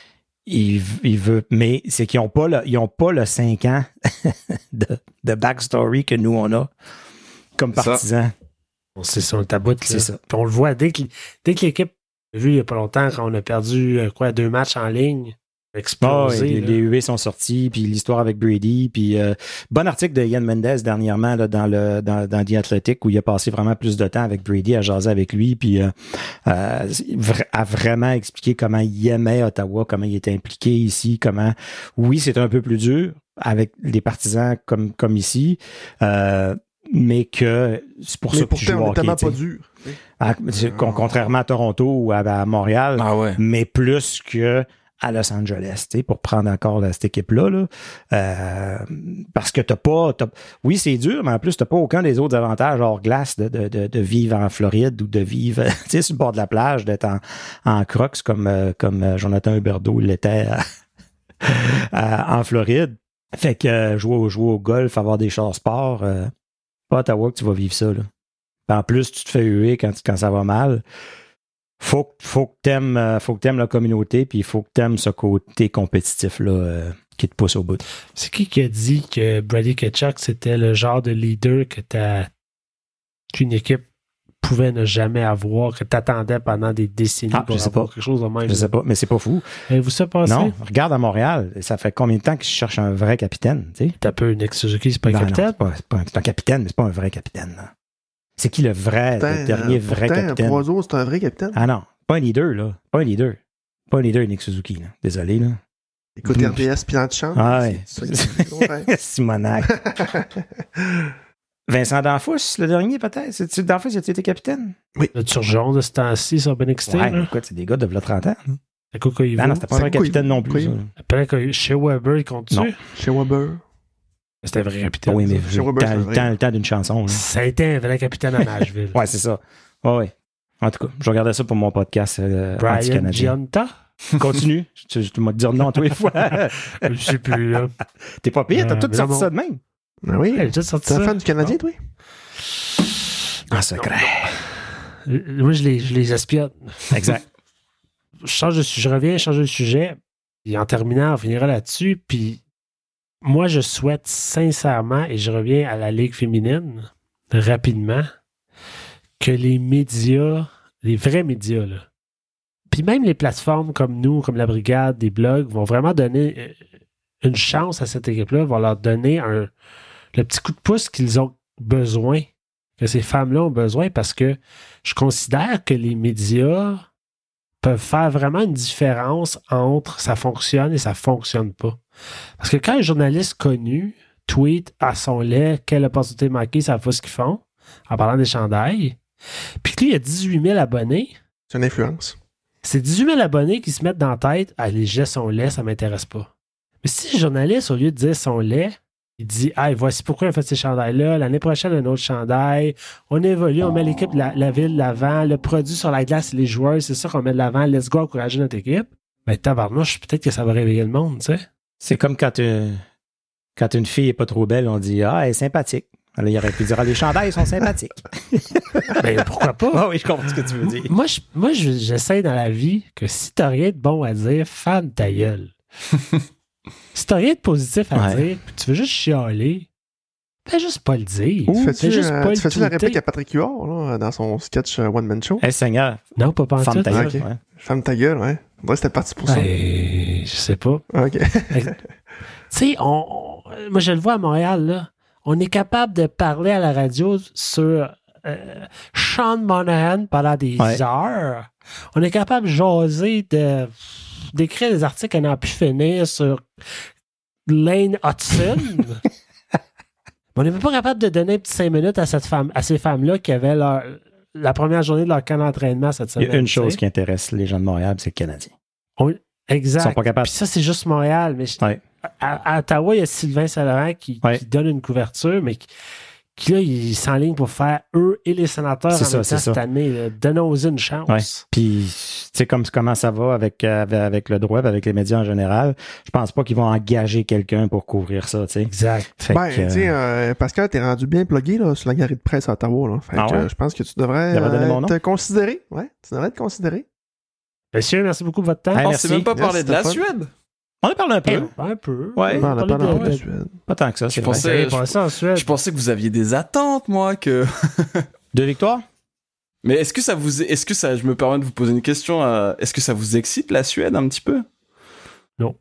Il, il veut, mais c'est qu'ils ont pas le, ils ont pas le cinq ans de, de backstory que nous on a comme Ça. partisans. C'est sur le tabou. C'est ça. Puis on le voit dès que, dès que l'équipe, j'ai vu il y a pas longtemps, quand on a perdu euh, quoi, deux matchs en ligne, Ah, explosé. ouais, les, là. les U A sont sortis, puis l'histoire avec Brady, puis euh, bon article de Ian Mendes dernièrement là, dans le dans, dans The Athletic où il a passé vraiment plus de temps avec Brady à jaser avec lui, puis euh, euh, vra- a vraiment expliqué comment il aimait Ottawa, comment il était impliqué ici, comment oui c'est un peu plus dur avec des partisans comme comme ici, euh, mais que c'est pour Mais ça que tu joues pourtant, au on est hockey, tellement tu pas sais. dur. tu sais. Ah, c'est- con- contrairement à Toronto ou à, à Montréal, ah ouais. mais plus que à Los Angeles, tu sais, pour prendre encore là, cette équipe-là, là. Euh, parce que t'as pas, t'as- oui, c'est dur, mais en plus, t'as pas aucun des autres avantages hors glace de, de, de, de vivre en Floride ou de vivre, tu sais, sur le bord de la plage, d'être en, en crocs comme, euh, comme euh, Jonathan Huberdeau l'était à- à- en Floride. Fait que euh, jouer, au, jouer au golf, avoir des chars sport, euh, pas à Ottawa que tu vas vivre ça, là. Puis en plus, tu te fais huer quand, quand ça va mal. Faut, faut que t'aimes, euh, faut que t'aimes la communauté, puis il faut que t'aimes ce côté compétitif-là euh, qui te pousse au bout. C'est qui qui a dit que Brady Tkachuk, c'était le genre de leader que t'as, qu'une équipe pouvait ne jamais avoir, que t'attendais pendant des décennies Ah, pour je sais avoir pas. quelque chose de même? Je sais pas, mais c'est pas fou. Avez-vous ça passé? Non, regarde à Montréal, ça fait combien de temps qu'ils cherchent un vrai capitaine, tu sais? T'as peu Nick Suzuki, c'est pas un Ben non, capitaine? c'est pas, c'est pas un, c'est un capitaine, mais c'est pas un vrai capitaine. là. C'est qui le vrai, Pourtant, le dernier euh, vrai pourtant, capitaine? Proizo, c'est un vrai capitaine. Ah non, pas un leader, là. Pas un leader. Pas un leader, Nick Suzuki, là. Désolé, là. Écoute Boum. R D S puis Chant. Ah ouais. C'est ça qu'il faut faire. Simonac. Vincent Danfous, le dernier, peut-être? C'est-tu Danfous, a-tu été capitaine? Le Turgeon de ce temps-ci sur Ben X T, Ouais, là. écoute, c'est des gars de v'là trente ans. là. C'est quoi qu'il Ah veut? non, c'était pas C'est un vrai quoi, capitaine il- non plus. quoi, ça, il- là. Après que chez Weber, il compte-tu? Non. Chez Weber. C'était un vrai capitaine. Ah oui, mais Chez le Robert, temps, c'est le vrai. temps, le temps d'une chanson. là. Ça a été un vrai capitaine à Nashville. Ouais, c'est ça. Ouais, ouais. En tout cas, je regardais ça pour mon podcast euh, Brian anti-canadien. Giunta? Continue. Tu, tu m'as dit dire non tous les fois. Je sais plus, là. T'es pas pire, t'as Euh, tout mais sorti non, ça de même. Ah oui. Elle a déjà sorti T'es un ça. fan du Canadien, toi? En secret. Moi, je les, je les espionne. Exact. Je change de sujet, je reviens changer de sujet. Et en terminant, on finira là-dessus. Puis moi, je souhaite sincèrement, et je reviens à la Ligue féminine rapidement, que les médias, les vrais médias, là, puis même les plateformes comme nous, comme la Brigade, des blogs, vont vraiment donner une chance à cette équipe-là, vont leur donner un, le petit coup de pouce qu'ils ont besoin, que ces femmes-là ont besoin, parce que je considère que les médias peuvent faire vraiment une différence entre ça fonctionne et ça fonctionne pas. Parce que quand un journaliste connu tweet à son lait quelle opportunité manquée, ça pas ce qu'ils font, en parlant des chandails, puis que lui, il a dix-huit mille abonnés. C'est une influence. C'est dix-huit mille abonnés qui se mettent dans la tête « Ah, les gestes sont laids, ça m'intéresse pas. » Mais si le journaliste, au lieu de dire « sont laids », il dit « Ah, voici pourquoi on fait ces chandails-là. L'année prochaine, un autre chandail. On évolue, on met l'équipe, la, la ville de l'avant. Le produit sur la glace, les joueurs, c'est ça qu'on met de l'avant. Let's go, encourager notre équipe. » Ben, tabarnouche, peut-être que ça va réveiller le monde, tu sais. C'est comme quand, euh, quand une fille est pas trop belle, on dit « Ah, elle est sympathique. » Alors, il aurait pu dire, ah, les chandails sont sympathiques. Ben, pourquoi pas? Ah oui, je comprends ce que tu veux dire. Moi, je, moi je, j'essaie dans la vie que si t'as rien de bon à dire, ferme ta gueule. Si t'as rien de positif à ouais. dire, puis tu veux juste chialer, fais juste pas le dire. Tu fais-tu, juste euh, pas tu le fais-tu la tweeter. réplique à Patrick Huard, là, dans son sketch uh, One Man Show? Eh, hey, Seigneur. Non, pas pas en Ferme tout. ta Ah, gueule. ok. Ouais. Ferme ta gueule, ouais. Ouais, c'était parti pour ça. Ben, je sais pas. Ok. Tu sais, on, on- moi, je le vois à Montréal, là. On est capable de parler à la radio sur euh, Sean Monahan pendant des Ouais. heures. On est capable de jaser, de, d'écrire des articles à n'en plus finir sur Lane Hudson. Mais on n'est même pas capable de donner un petit cinq minutes à, cette femme, à ces femmes-là qui avaient leur, la première journée de leur camp d'entraînement cette Il semaine. y a une tu sais. chose qui intéresse les gens de Montréal, c'est le Canadien. On- exact. Ils sont pas capables. Puis ça, c'est juste Montréal. Mais je- Ouais. à, à Ottawa, il y a Sylvain Saint-Laurent qui, Ouais. qui donne une couverture, mais qui, qui là, il s'enligne pour faire eux et les sénateurs C'est en ça, même c'est temps ça. cette année. là. Donnons-y une chance. Ouais. Puis, tu sais, comme comment ça va avec, euh, avec le droit, avec les médias en général, je pense pas qu'ils vont engager quelqu'un pour couvrir ça, tu sais. Exact. Fait Ben, que, tu sais, euh, euh, Pascal, t'es rendu bien plugué là, sur la galerie de presse à Ottawa. Là. Fait Ah que, ouais? euh, je pense que tu devrais Il devrait donner euh, mon nom? te considérer. Ouais, tu devrais te considérer. Messieurs, merci beaucoup de votre temps. Hey, On merci. s'est même pas Yes, parlé de la c'était fun. Suède. on en parle un peu. Eh, un peu. Ouais. On Ben, on a parlait pas de- parlé de de- Suède. Pas tant que ça, c'est Je vrai. pensais- Vous avez je- passé en Suède. Je pensais que vous aviez des attentes, moi, que. Deux victoires? Mais est-ce que ça vous, est-ce que ça, je me permets de vous poser une question. euh, est-ce que ça vous excite la Suède un petit peu? Non.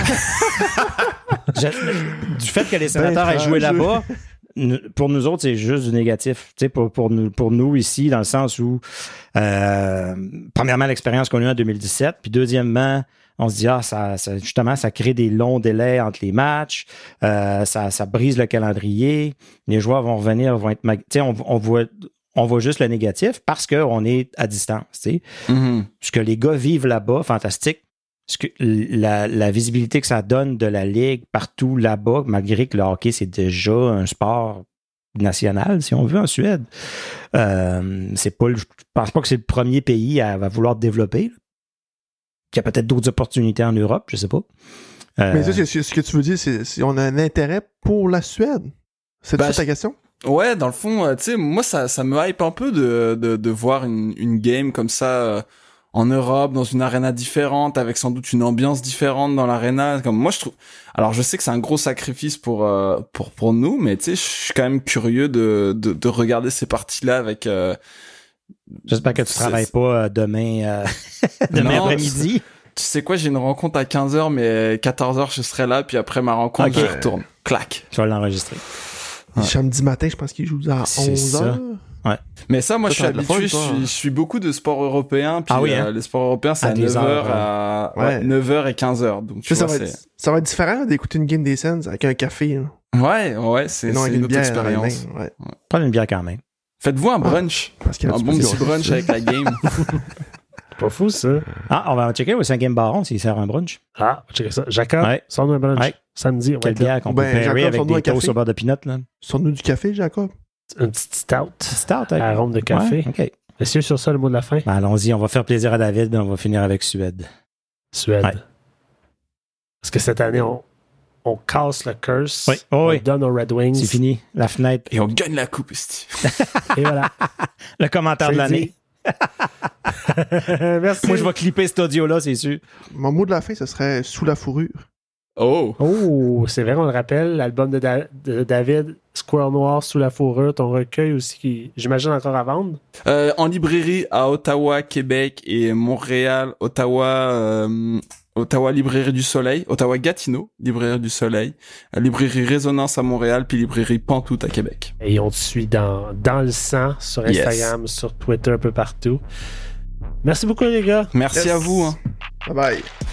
Je- du fait que les sénateurs Ben, aient joué franc, là-bas, nous- pour nous autres, c'est juste du négatif. Tu sais, pour, pour, nous, pour nous ici, dans le sens où, euh, premièrement, l'expérience qu'on a eue en deux mille dix-sept, puis deuxièmement, on se dit, ah, ça, ça, justement, ça crée des longs délais entre les matchs, euh, ça, ça brise le calendrier, les joueurs vont revenir, vont être... mag- Tu sais, on, on voit... On voit juste le négatif parce qu'on est à distance. Tu sais. Mhm. Ce que les gars vivent là-bas, fantastique. Ce que, la, la visibilité que ça donne de la Ligue partout là-bas, malgré que le hockey, c'est déjà un sport national, si on veut, en Suède. Euh, c'est pas, le- je pense pas que c'est le premier pays à, à vouloir développer. Il y a peut-être d'autres opportunités en Europe, je sais pas. Euh, Mais ça, c'est- c'est- ce que tu veux dire, c'est si on a un intérêt pour la Suède. C'est Bah, ça ta je- question? Ouais, dans le fond, euh, tu sais, moi, ça, ça me hype un peu de, de, de voir une, une game comme ça euh, en Europe, dans une arena différente, avec sans doute une ambiance différente dans l'arena. Comme moi, je trouve. Alors, je sais que c'est un gros sacrifice pour euh, pour pour nous, mais tu sais, je suis quand même curieux de de, de regarder ces parties-là avec. Euh... J'espère que tu c'est- travailles pas euh, demain, euh, demain Non, après-midi. Tu sais quoi, j'ai une rencontre à quinze heures, mais quatorze heures, je serai là, puis après ma rencontre, Ok. je retourne. Clac. Tu vas l'enregistrer. Ouais. Samedi matin, je pense qu'il joue à C'est onze ça. heures. Mais ça, moi, Ça, je suis t'as de la habitué, je fun, toi. suis, je suis beaucoup de sports européens, puis Ah oui, hein? euh, les sports européens, c'est À à, des neuf heures, heures, à ouais. ouais, neuf heures et quinze heures. Donc, tu Ça, ça, vois, va c'est... être, ça va être différent là, d'écouter une game des Sens avec un café. Là. Ouais, ouais, c'est, Et non c'est avec une une autre bière dans les expérience. mains, ouais. Prends une bière quand même. Faites-vous un brunch. Parce qu'il y a Un du bon plaisir. petit brunch avec la game. C'est pas fou, ça. Ah, on va checker au cinquième baron s'il sert un brunch. Ah, checker ça. Jacob, Ouais. sors-nous un brunch. Ouais. Samedi, on va Quelle être là. bière qu'on Ben, peut pairer Jacob, avec sors-nous un des toasts café. au beurre de pinot, là. Sors-nous du café, Jacob. Une petite stout. Start, hein? Arôme de café. Ouais, OK. Messieurs, sur ça, le mot de la fin. Ben, allons-y, on va faire plaisir à David, on va finir avec Suède. Suède. Ouais. Parce que cette année, on, on casse le curse. Oui. Oh, on oui. le donne aux Red Wings. C'est fini, la fenêtre. Et on gagne la coupe, esti. Et voilà. Le commentaire de C'est l'année. dit. Merci. Moi, je vais clipper cet audio-là, c'est sûr. Mon mot de la fin, ce serait sous la fourrure. Oh! Oh, c'est vrai, on le rappelle, l'album de, Da- de David, Squirrel Noir sous la fourrure, ton recueil aussi, qui, j'imagine, encore à vendre. Euh, en librairie à Ottawa, Québec et Montréal, Ottawa, euh, Ottawa Librairie du Soleil, Ottawa Gatineau, Librairie du Soleil, librairie Résonance à Montréal, puis librairie Pantoute à Québec. Et on te suit dans, dans le sang, sur Instagram, yes. sur Twitter, un peu partout. Merci beaucoup, les gars. Merci yes. à vous. Hein. Bye bye.